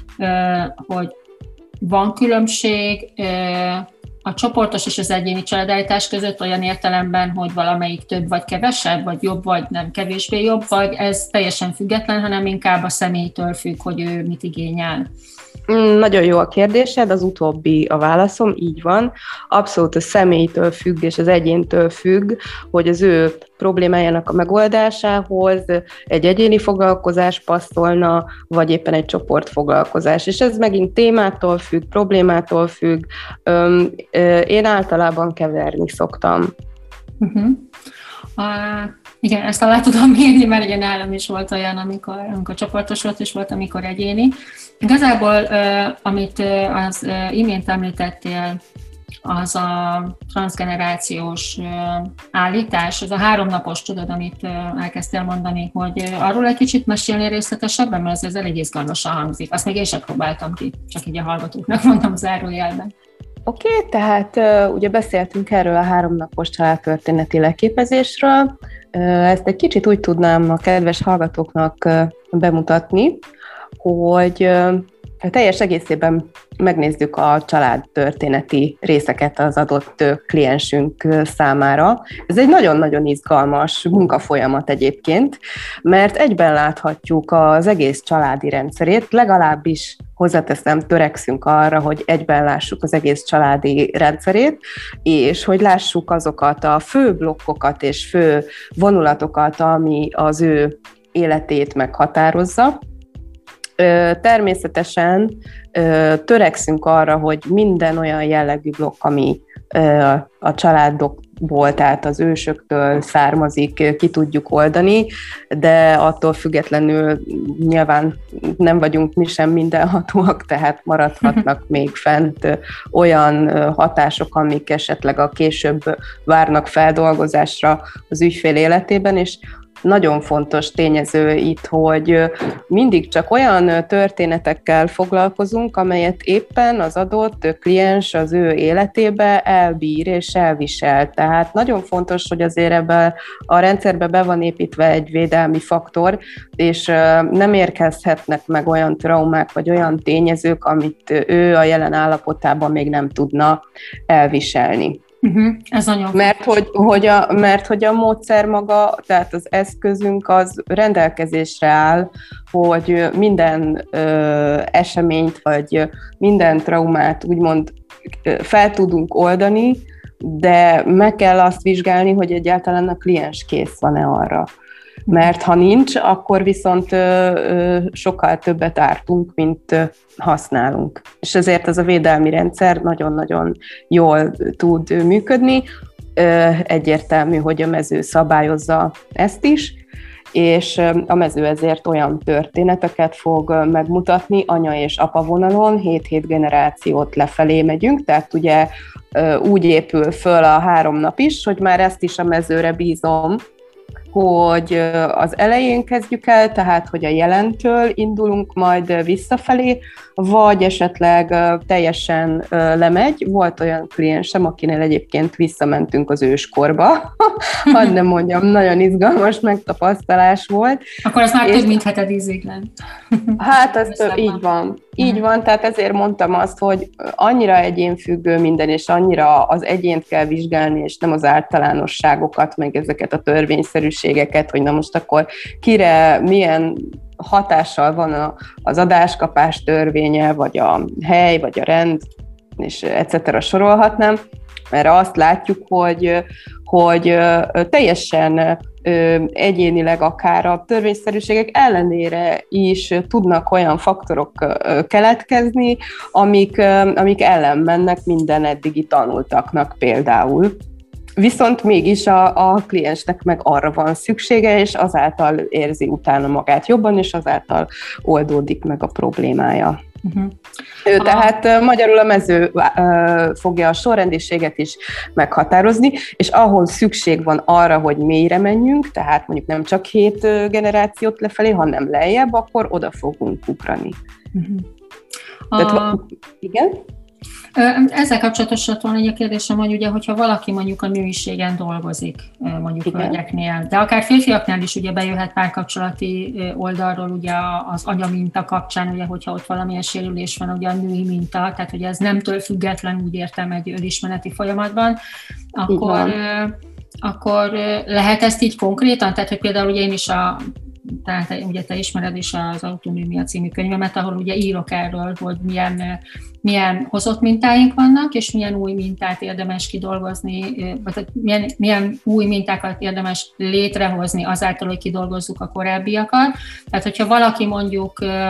hogy van különbség a csoportos és az egyéni családállítás között olyan értelemben, hogy valamelyik több vagy kevesebb, vagy jobb vagy nem kevésbé jobb, vagy ez teljesen független, hanem inkább a személytől függ, hogy ő mit igényel? Nagyon jó a kérdésed, az utóbbi a válaszom, így van. Abszolút a személytől függ és az egyéntől függ, hogy az ő problémájának a megoldásához egy egyéni foglalkozás passzolna, vagy éppen egy csoportfoglalkozás. És ez megint témától függ, problémától függ. Én általában keverni szoktam. Uh-huh. Uh, igen, ezt alá tudom írni, mert ugye nálam is volt olyan, amikor, amikor csoportos volt, és volt, amikor egyéni. Igazából, uh, amit uh, az uh, imént említettél, az a transzgenerációs állítás, ez a háromnapos, tudod, amit elkezdtél mondani, hogy arról egy kicsit mesélni részletesebben, mert ez elég izgalmasan hangzik. Azt még én sem próbáltam ki, csak így a hallgatóknak mondom zárójelben. Oké, okay, tehát uh, ugye beszéltünk erről a háromnapos családtörténeti leképezésről. Uh, ezt egy kicsit úgy tudnám a kedves hallgatóknak uh, bemutatni, hogy uh, teljes egészében megnézzük a családtörténeti részeket az adott kliensünk számára. Ez egy nagyon-nagyon izgalmas munkafolyamat egyébként, mert egyben láthatjuk az egész családi rendszerét, legalábbis hozzáteszem, törekszünk arra, hogy egyben lássuk az egész családi rendszerét, és hogy lássuk azokat a fő blokkokat és fő vonulatokat, ami az ő életét meghatározza. Természetesen törekszünk arra, hogy minden olyan jellegű blokk, ami a családokból, tehát az ősöktől származik, ki tudjuk oldani, de attól függetlenül nyilván nem vagyunk mi sem mindenhatóak, tehát maradhatnak még fent olyan hatások, amik esetleg a később várnak feldolgozásra az ügyfél életében, és nagyon fontos tényező itt, hogy mindig csak olyan történetekkel foglalkozunk, amelyet éppen az adott kliens az ő életébe elbír és elvisel. Tehát nagyon fontos, hogy azért ebben a rendszerbe be van építve egy védelmi faktor, és nem érkezhetnek meg olyan traumák vagy olyan tényezők, amit ő a jelen állapotában még nem tudna elviselni. Uh-huh. Ez nagyon mert hogy, hogy a, mert hogy a módszer maga, tehát az eszközünk az rendelkezésre áll, hogy minden ö, eseményt, vagy minden traumát úgymond fel tudunk oldani, de meg kell azt vizsgálni, hogy egyáltalán a kliens kész van-e arra. Mert ha nincs, akkor viszont ö, ö, sokkal többet ártunk, mint ö, használunk. És ezért ez a védelmi rendszer nagyon-nagyon jól tud működni. Ö, egyértelmű, hogy a mező szabályozza ezt is, és a mező ezért olyan történeteket fog megmutatni anya és apa vonalon, hét-hét generációt lefelé megyünk, tehát ugye úgy épül föl a három nap is, hogy már ezt is a mezőre bízom, hogy az elején kezdjük el, tehát hogy a jelentől indulunk majd visszafelé, vagy esetleg teljesen lemegy. Volt olyan kliensem, akinél egyébként visszamentünk az őskorba. Hadd nem mondjam, nagyon izgalmas megtapasztalás volt. Akkor az már és... több mint hetedízig lent. Hát az több, így van. Így van, tehát ezért mondtam azt, hogy annyira egyénfüggő minden, és annyira az egyént kell vizsgálni, és nem az általánosságokat, meg ezeket a törvényszerűségeket, hogy na most akkor kire milyen hatással van az adáskapás törvénye, vagy a hely, vagy a rend, és et cetera sorolhatnám, mert azt látjuk, hogy, hogy teljesen egyénileg akár a törvényszerűségek ellenére is tudnak olyan faktorok keletkezni, amik, amik ellen mennek minden eddigi tanultaknak például. Viszont mégis a, a kliensnek meg arra van szüksége, és azáltal érzi utána magát jobban, és azáltal oldódik meg a problémája. Uh-huh. Ő tehát magyarul a mező fogja a sorrendiséget is meghatározni, és ahol szükség van arra, hogy mélyre menjünk, tehát mondjuk nem csak hét generációt lefelé, hanem lejjebb, akkor oda fogunk ugrani. Uh-huh. Tehát, a... Igen? Ezzel kapcsolatosan van egy kérdésem, hogy ugye, hogyha valaki mondjuk a nőiségen dolgozik, mondjuk hölgyeknél, de akár férfiaknál is ugye bejöhet párkapcsolati oldalról ugye az anyaminta kapcsán, ugye, hogyha ott valamilyen sérülés van, ugye a női minta, tehát ugye ez nemtől független, úgy értem, egy önismereti folyamatban, akkor, akkor lehet ezt így konkrétan, tehát hogy például ugye én is a tehát ugye te ismered is az Autonomia című könyvemet, ahol ugye írok erről, hogy milyen, milyen hozott mintáink vannak, és milyen új mintát érdemes kidolgozni, vagy milyen, milyen új mintákat érdemes létrehozni azáltal, hogy kidolgozzuk a korábbiakat. Tehát, hogyha valaki mondjuk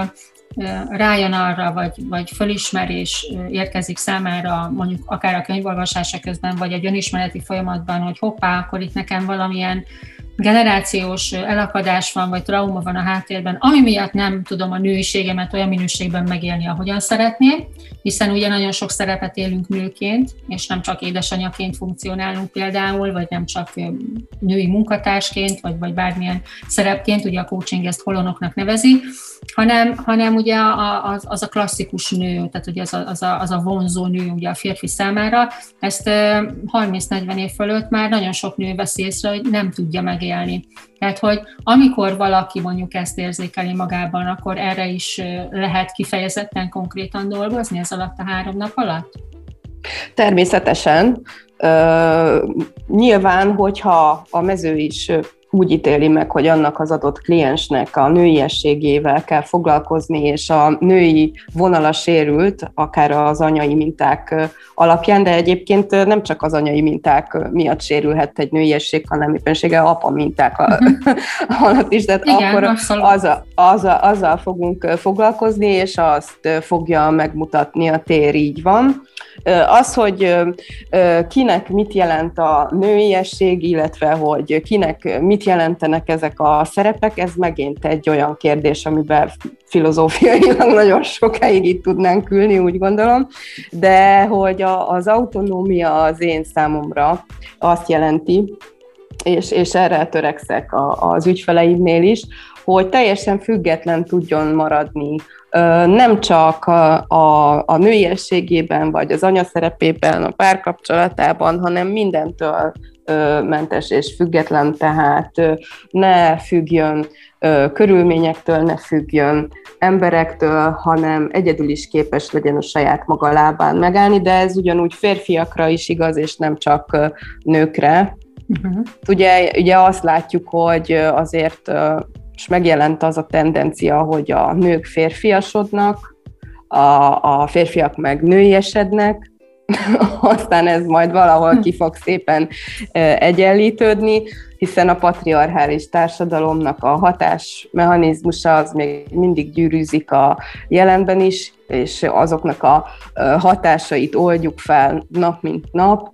rájön arra, vagy, vagy fölismerés érkezik számára, mondjuk akár a könyvolvasása közben, vagy egy önismereti folyamatban, hogy hoppá, akkor itt nekem valamilyen generációs elakadás van, vagy trauma van a háttérben, ami miatt nem tudom a nőiségemet olyan minőségben megélni, ahogyan szeretném, hiszen ugye nagyon sok szerepet élünk nőként, és nem csak édesanyaként funkcionálunk például, vagy nem csak női munkatársként, vagy, vagy bármilyen szerepként, ugye a coaching ezt holonoknak nevezi, hanem, hanem ugye az, az a klasszikus nő, tehát ugye az a, az, a, az a vonzó nő ugye a férfi számára, ezt harminc-negyven év fölött már nagyon sok nő veszi észre, hogy nem tudja megélni. Tehát, hogy amikor valaki mondjuk ezt érzékeli magában, akkor erre is lehet kifejezetten konkrétan dolgozni ez alatt a három nap alatt? Természetesen. Uh, nyilván, hogyha a mező is úgy ítéli meg, hogy annak az adott kliensnek a nőiességével kell foglalkozni, és a női vonala sérült, akár az anyai minták alapján, de egyébként nem csak az anyai minták miatt sérülhet egy nőiesség, hanem éppenséggel apa minták uh-huh. alatt is, de igen, akkor azzal, azzal, azzal fogunk foglalkozni, és azt fogja megmutatni a tér, így van. Az, hogy kinek mit jelent a nőiesség, illetve hogy kinek mit jelentenek ezek a szerepek, ez megint egy olyan kérdés, amiben filozófiailag nagyon sokáig itt tudnánk ülni, úgy gondolom, de hogy a, az autonómia az én számomra azt jelenti, és, és erre törekszek a, az ügyfeleimnél is, hogy teljesen független tudjon maradni, nem csak a, a, a nőiességében, vagy az anyaszerepében, a párkapcsolatában, hanem mindentől mentes és független, tehát ne függjön körülményektől, ne függjön emberektől, hanem egyedül is képes legyen a saját maga lábán megállni, de ez ugyanúgy férfiakra is igaz, és nem csak nőkre. Uh-huh. Ugye, ugye azt látjuk, hogy azért és megjelent az a tendencia, hogy a nők férfiasodnak, a, a férfiak meg nőiesednek, aztán ez majd valahol ki fog szépen egyenlítődni, hiszen a patriarchális társadalomnak a hatásmechanizmusa az még mindig gyűrűzik a jelenben is, és azoknak a hatásait oldjuk fel nap mint nap,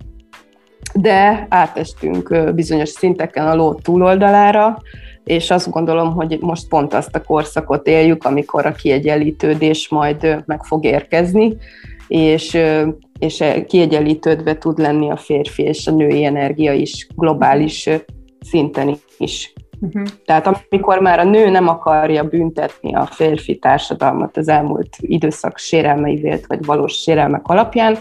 de átestünk bizonyos szinteken a ló túloldalára, és azt gondolom, hogy most pont azt a korszakot éljük, amikor a kiegyenlítődés majd meg fog érkezni, és, és kiegyenlítődve tud lenni a férfi és a női energia is globális szinten is. Uh-huh. Tehát amikor már a nő nem akarja büntetni a férfi társadalmat az elmúlt időszak sérelmei vélt vagy valós sérelmek alapján,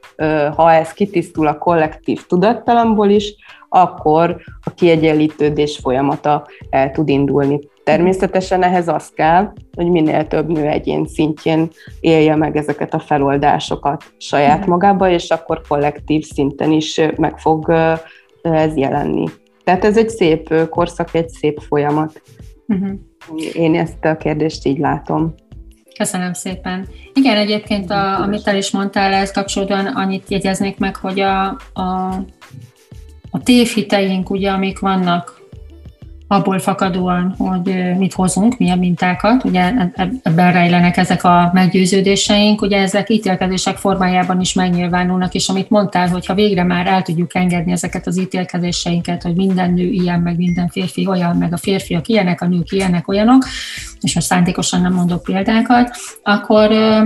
ha ez kitisztul a kollektív tudattalamból is, akkor a kiegyenlítődés folyamata el tud indulni. Természetesen ehhez az kell, hogy minél több nő egyén szintjén élje meg ezeket a feloldásokat saját magába, és akkor kollektív szinten is meg fog ez jelenni. Tehát ez egy szép korszak, egy szép folyamat. Uh-huh. Én ezt a kérdést így látom. Köszönöm szépen. Igen, egyébként, a, amit el is mondtál, ehhez kapcsolódóan annyit jegyeznék meg, hogy a, a, a tévhiteink, ugye, amik vannak, abból fakadóan, hogy mit hozunk, milyen mintákat, ugye ebben rejlenek ezek a meggyőződéseink, ugye ezek ítélkezések formájában is megnyilvánulnak, és amit mondtál, hogy ha végre már el tudjuk engedni ezeket az ítélkezéseinket, hogy minden nő ilyen, meg minden férfi olyan, meg a férfiak ilyenek, a nők ilyenek, olyanok, és most szándékosan nem mondok példákat, akkor,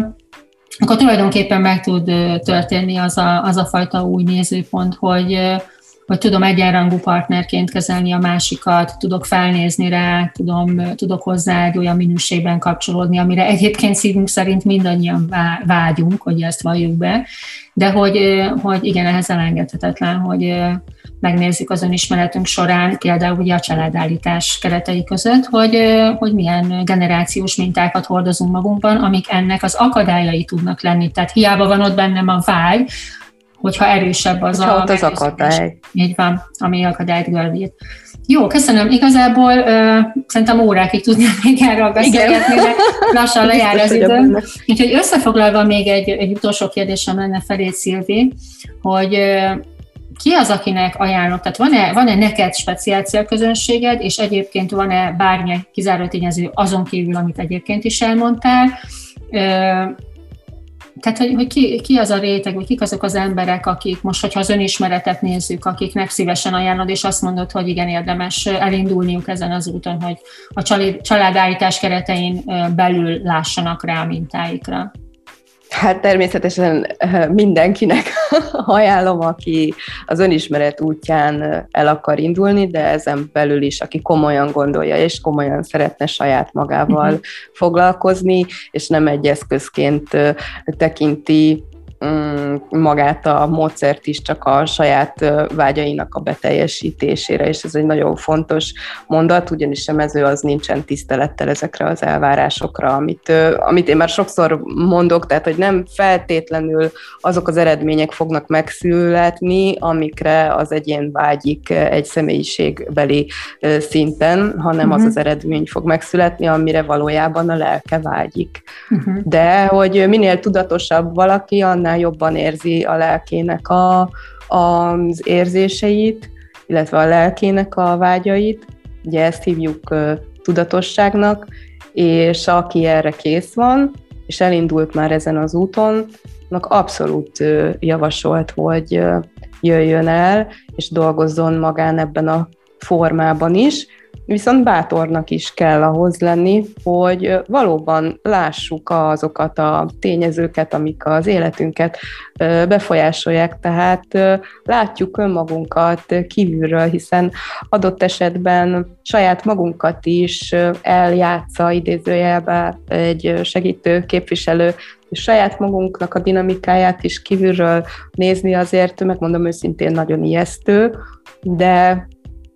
akkor tulajdonképpen meg tud történni az a, az a fajta új nézőpont, hogy hogy tudom egyenrangú partnerként kezelni a másikat, tudok felnézni rá, tudom, tudok hozzá egy olyan minőségben kapcsolódni, amire egyébként szívünk szerint mindannyian vágyunk, hogy ezt valljuk be, de hogy, hogy igen, ehhez elengedhetetlen, hogy megnézzük az önismeretünk során, például ugye a családállítás keretei között, hogy, hogy milyen generációs mintákat hordozunk magunkban, amik ennek az akadályai tudnak lenni. Tehát hiába van ott bennem a vágy, hogyha erősebb az hogyha a... az akadály. Így van, ami akadályt gördít. Jó, köszönöm. Igazából uh, szerintem órákig tudnám még erről beszélgetni, de lassan lejár az idő. Úgyhogy összefoglalva még egy, egy utolsó kérdésem lenne felé, Szilvi, hogy uh, ki az, akinek ajánlok? Tehát van-e, van-e neked speciál célközönséged, és egyébként van-e bármilyen kizáró tényező azon kívül, amit egyébként is elmondtál, uh, Tehát, hogy, hogy ki, ki az a réteg, vagy kik azok az emberek, akik most, hogyha az önismeretet nézzük, akiknek szívesen ajánlod, és azt mondod, hogy igen, érdemes elindulniuk ezen az úton, hogy a családállítás keretein belül lássanak rá a mintáikra. Hát természetesen mindenkinek ajánlom, aki az önismeret útján el akar indulni, de ezen belül is, aki komolyan gondolja, és komolyan szeretne saját magával uh-huh. foglalkozni, és nem egy eszközként tekinti magát a módszert is csak a saját vágyainak a beteljesítésére, és ez egy nagyon fontos mondat, ugyanis a mező az nincsen tisztelettel ezekre az elvárásokra, amit, amit én már sokszor mondok, tehát hogy nem feltétlenül azok az eredmények fognak megszületni, amikre az egyén vágyik egy személyiségbeli szinten, hanem uh-huh. az az eredmény fog megszületni, amire valójában a lelke vágyik. Uh-huh. De hogy minél tudatosabb valaki, annál jobban érzi a lelkének a, az érzéseit, illetve a lelkének a vágyait. Ugye ezt hívjuk uh, tudatosságnak, és aki erre kész van, és elindult már ezen az úton, annak abszolút uh, javasolt, hogy uh, jöjjön el, és dolgozzon magán ebben a formában is, viszont bátornak is kell ahhoz lenni, hogy valóban lássuk azokat a tényezőket, amik az életünket befolyásolják, tehát látjuk önmagunkat kívülről, hiszen adott esetben saját magunkat is eljátsza idézőjelben egy segítő képviselő, és saját magunknak a dinamikáját is kívülről nézni azért, megmondom őszintén, nagyon ijesztő, de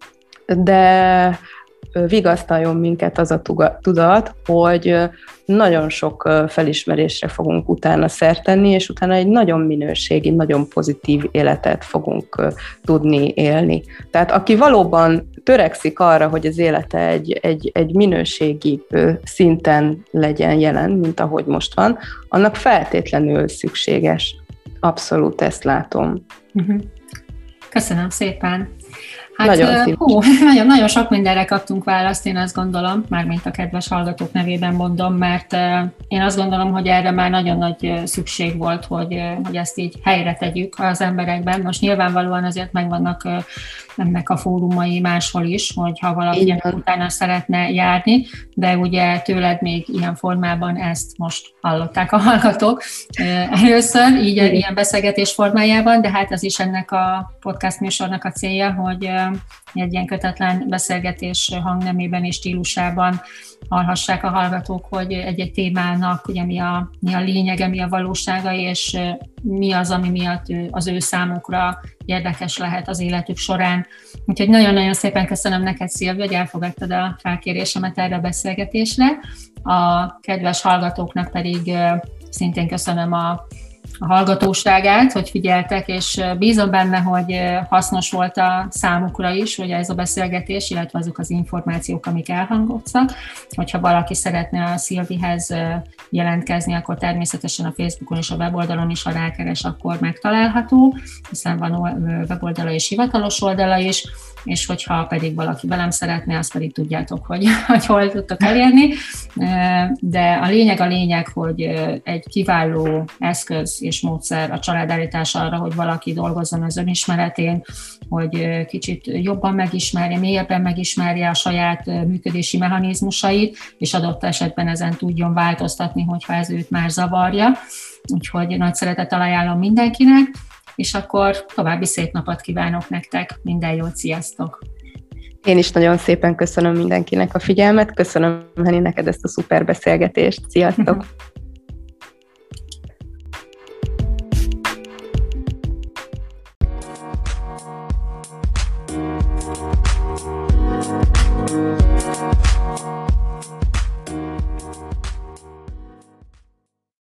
de vigasztaljon minket az a tudat, hogy nagyon sok felismerésre fogunk utána szert tenni, és utána egy nagyon minőségi, nagyon pozitív életet fogunk tudni élni. Tehát aki valóban törekszik arra, hogy az élete egy, egy, egy minőségi szinten legyen jelen, mint ahogy most van, annak feltétlenül szükséges. Abszolút ezt látom. Köszönöm szépen! Hát nagyon, hú, nagyon, nagyon sok mindenre kaptunk választ, én azt gondolom, mármint a kedves hallgatók nevében mondom, mert én azt gondolom, hogy erre már nagyon nagy szükség volt, hogy, hogy ezt így helyre tegyük az emberekben. Most nyilvánvalóan azért megvannak ennek a fórumai máshol is, hogyha valaki utána szeretne járni, de ugye tőled még ilyen formában ezt most hallották a hallgatók először, így Igen. ilyen beszélgetés formájában, de hát ez is ennek a podcast műsornak a célja, hogy egy ilyen kötetlen beszélgetés hangnemében és stílusában hallhassák a hallgatók, hogy egy-egy témának ugye mi a, mi a lényege, mi a valósága, és mi az, ami miatt az ő számukra érdekes lehet az életük során. Úgyhogy nagyon-nagyon szépen köszönöm neked, Szilvi, hogy elfogadtad a felkérésemet erre a beszélgetésre. A kedves hallgatóknak pedig szintén köszönöm a a hallgatóságát, hogy figyeltek, és bízom benne, hogy hasznos volt a számukra is, hogy ez a beszélgetés, illetve azok az információk, amik elhangoztak. Hogyha valaki szeretne a Szilvihez jelentkezni, akkor természetesen a Facebookon és a weboldalon is, ha rákeres, akkor megtalálható, hiszen van weboldala és hivatalos oldala is, és hogyha pedig valaki velem szeretne, azt pedig tudjátok, hogy, hogy hol tudtok elérni. De a lényeg a lényeg, hogy egy kiváló eszköz és módszer a családállítás arra, hogy valaki dolgozzon az önismeretén, hogy kicsit jobban megismerje, mélyebben megismerje a saját működési mechanizmusait, és adott esetben ezen tudjon változtatni, hogyha ez őt már zavarja. Úgyhogy nagy szeretettel ajánlom mindenkinek, és akkor további szép napot kívánok nektek, minden jót, sziasztok! Én is nagyon szépen köszönöm mindenkinek a figyelmet, köszönöm, Henni, neked ezt a szuper beszélgetést, sziasztok!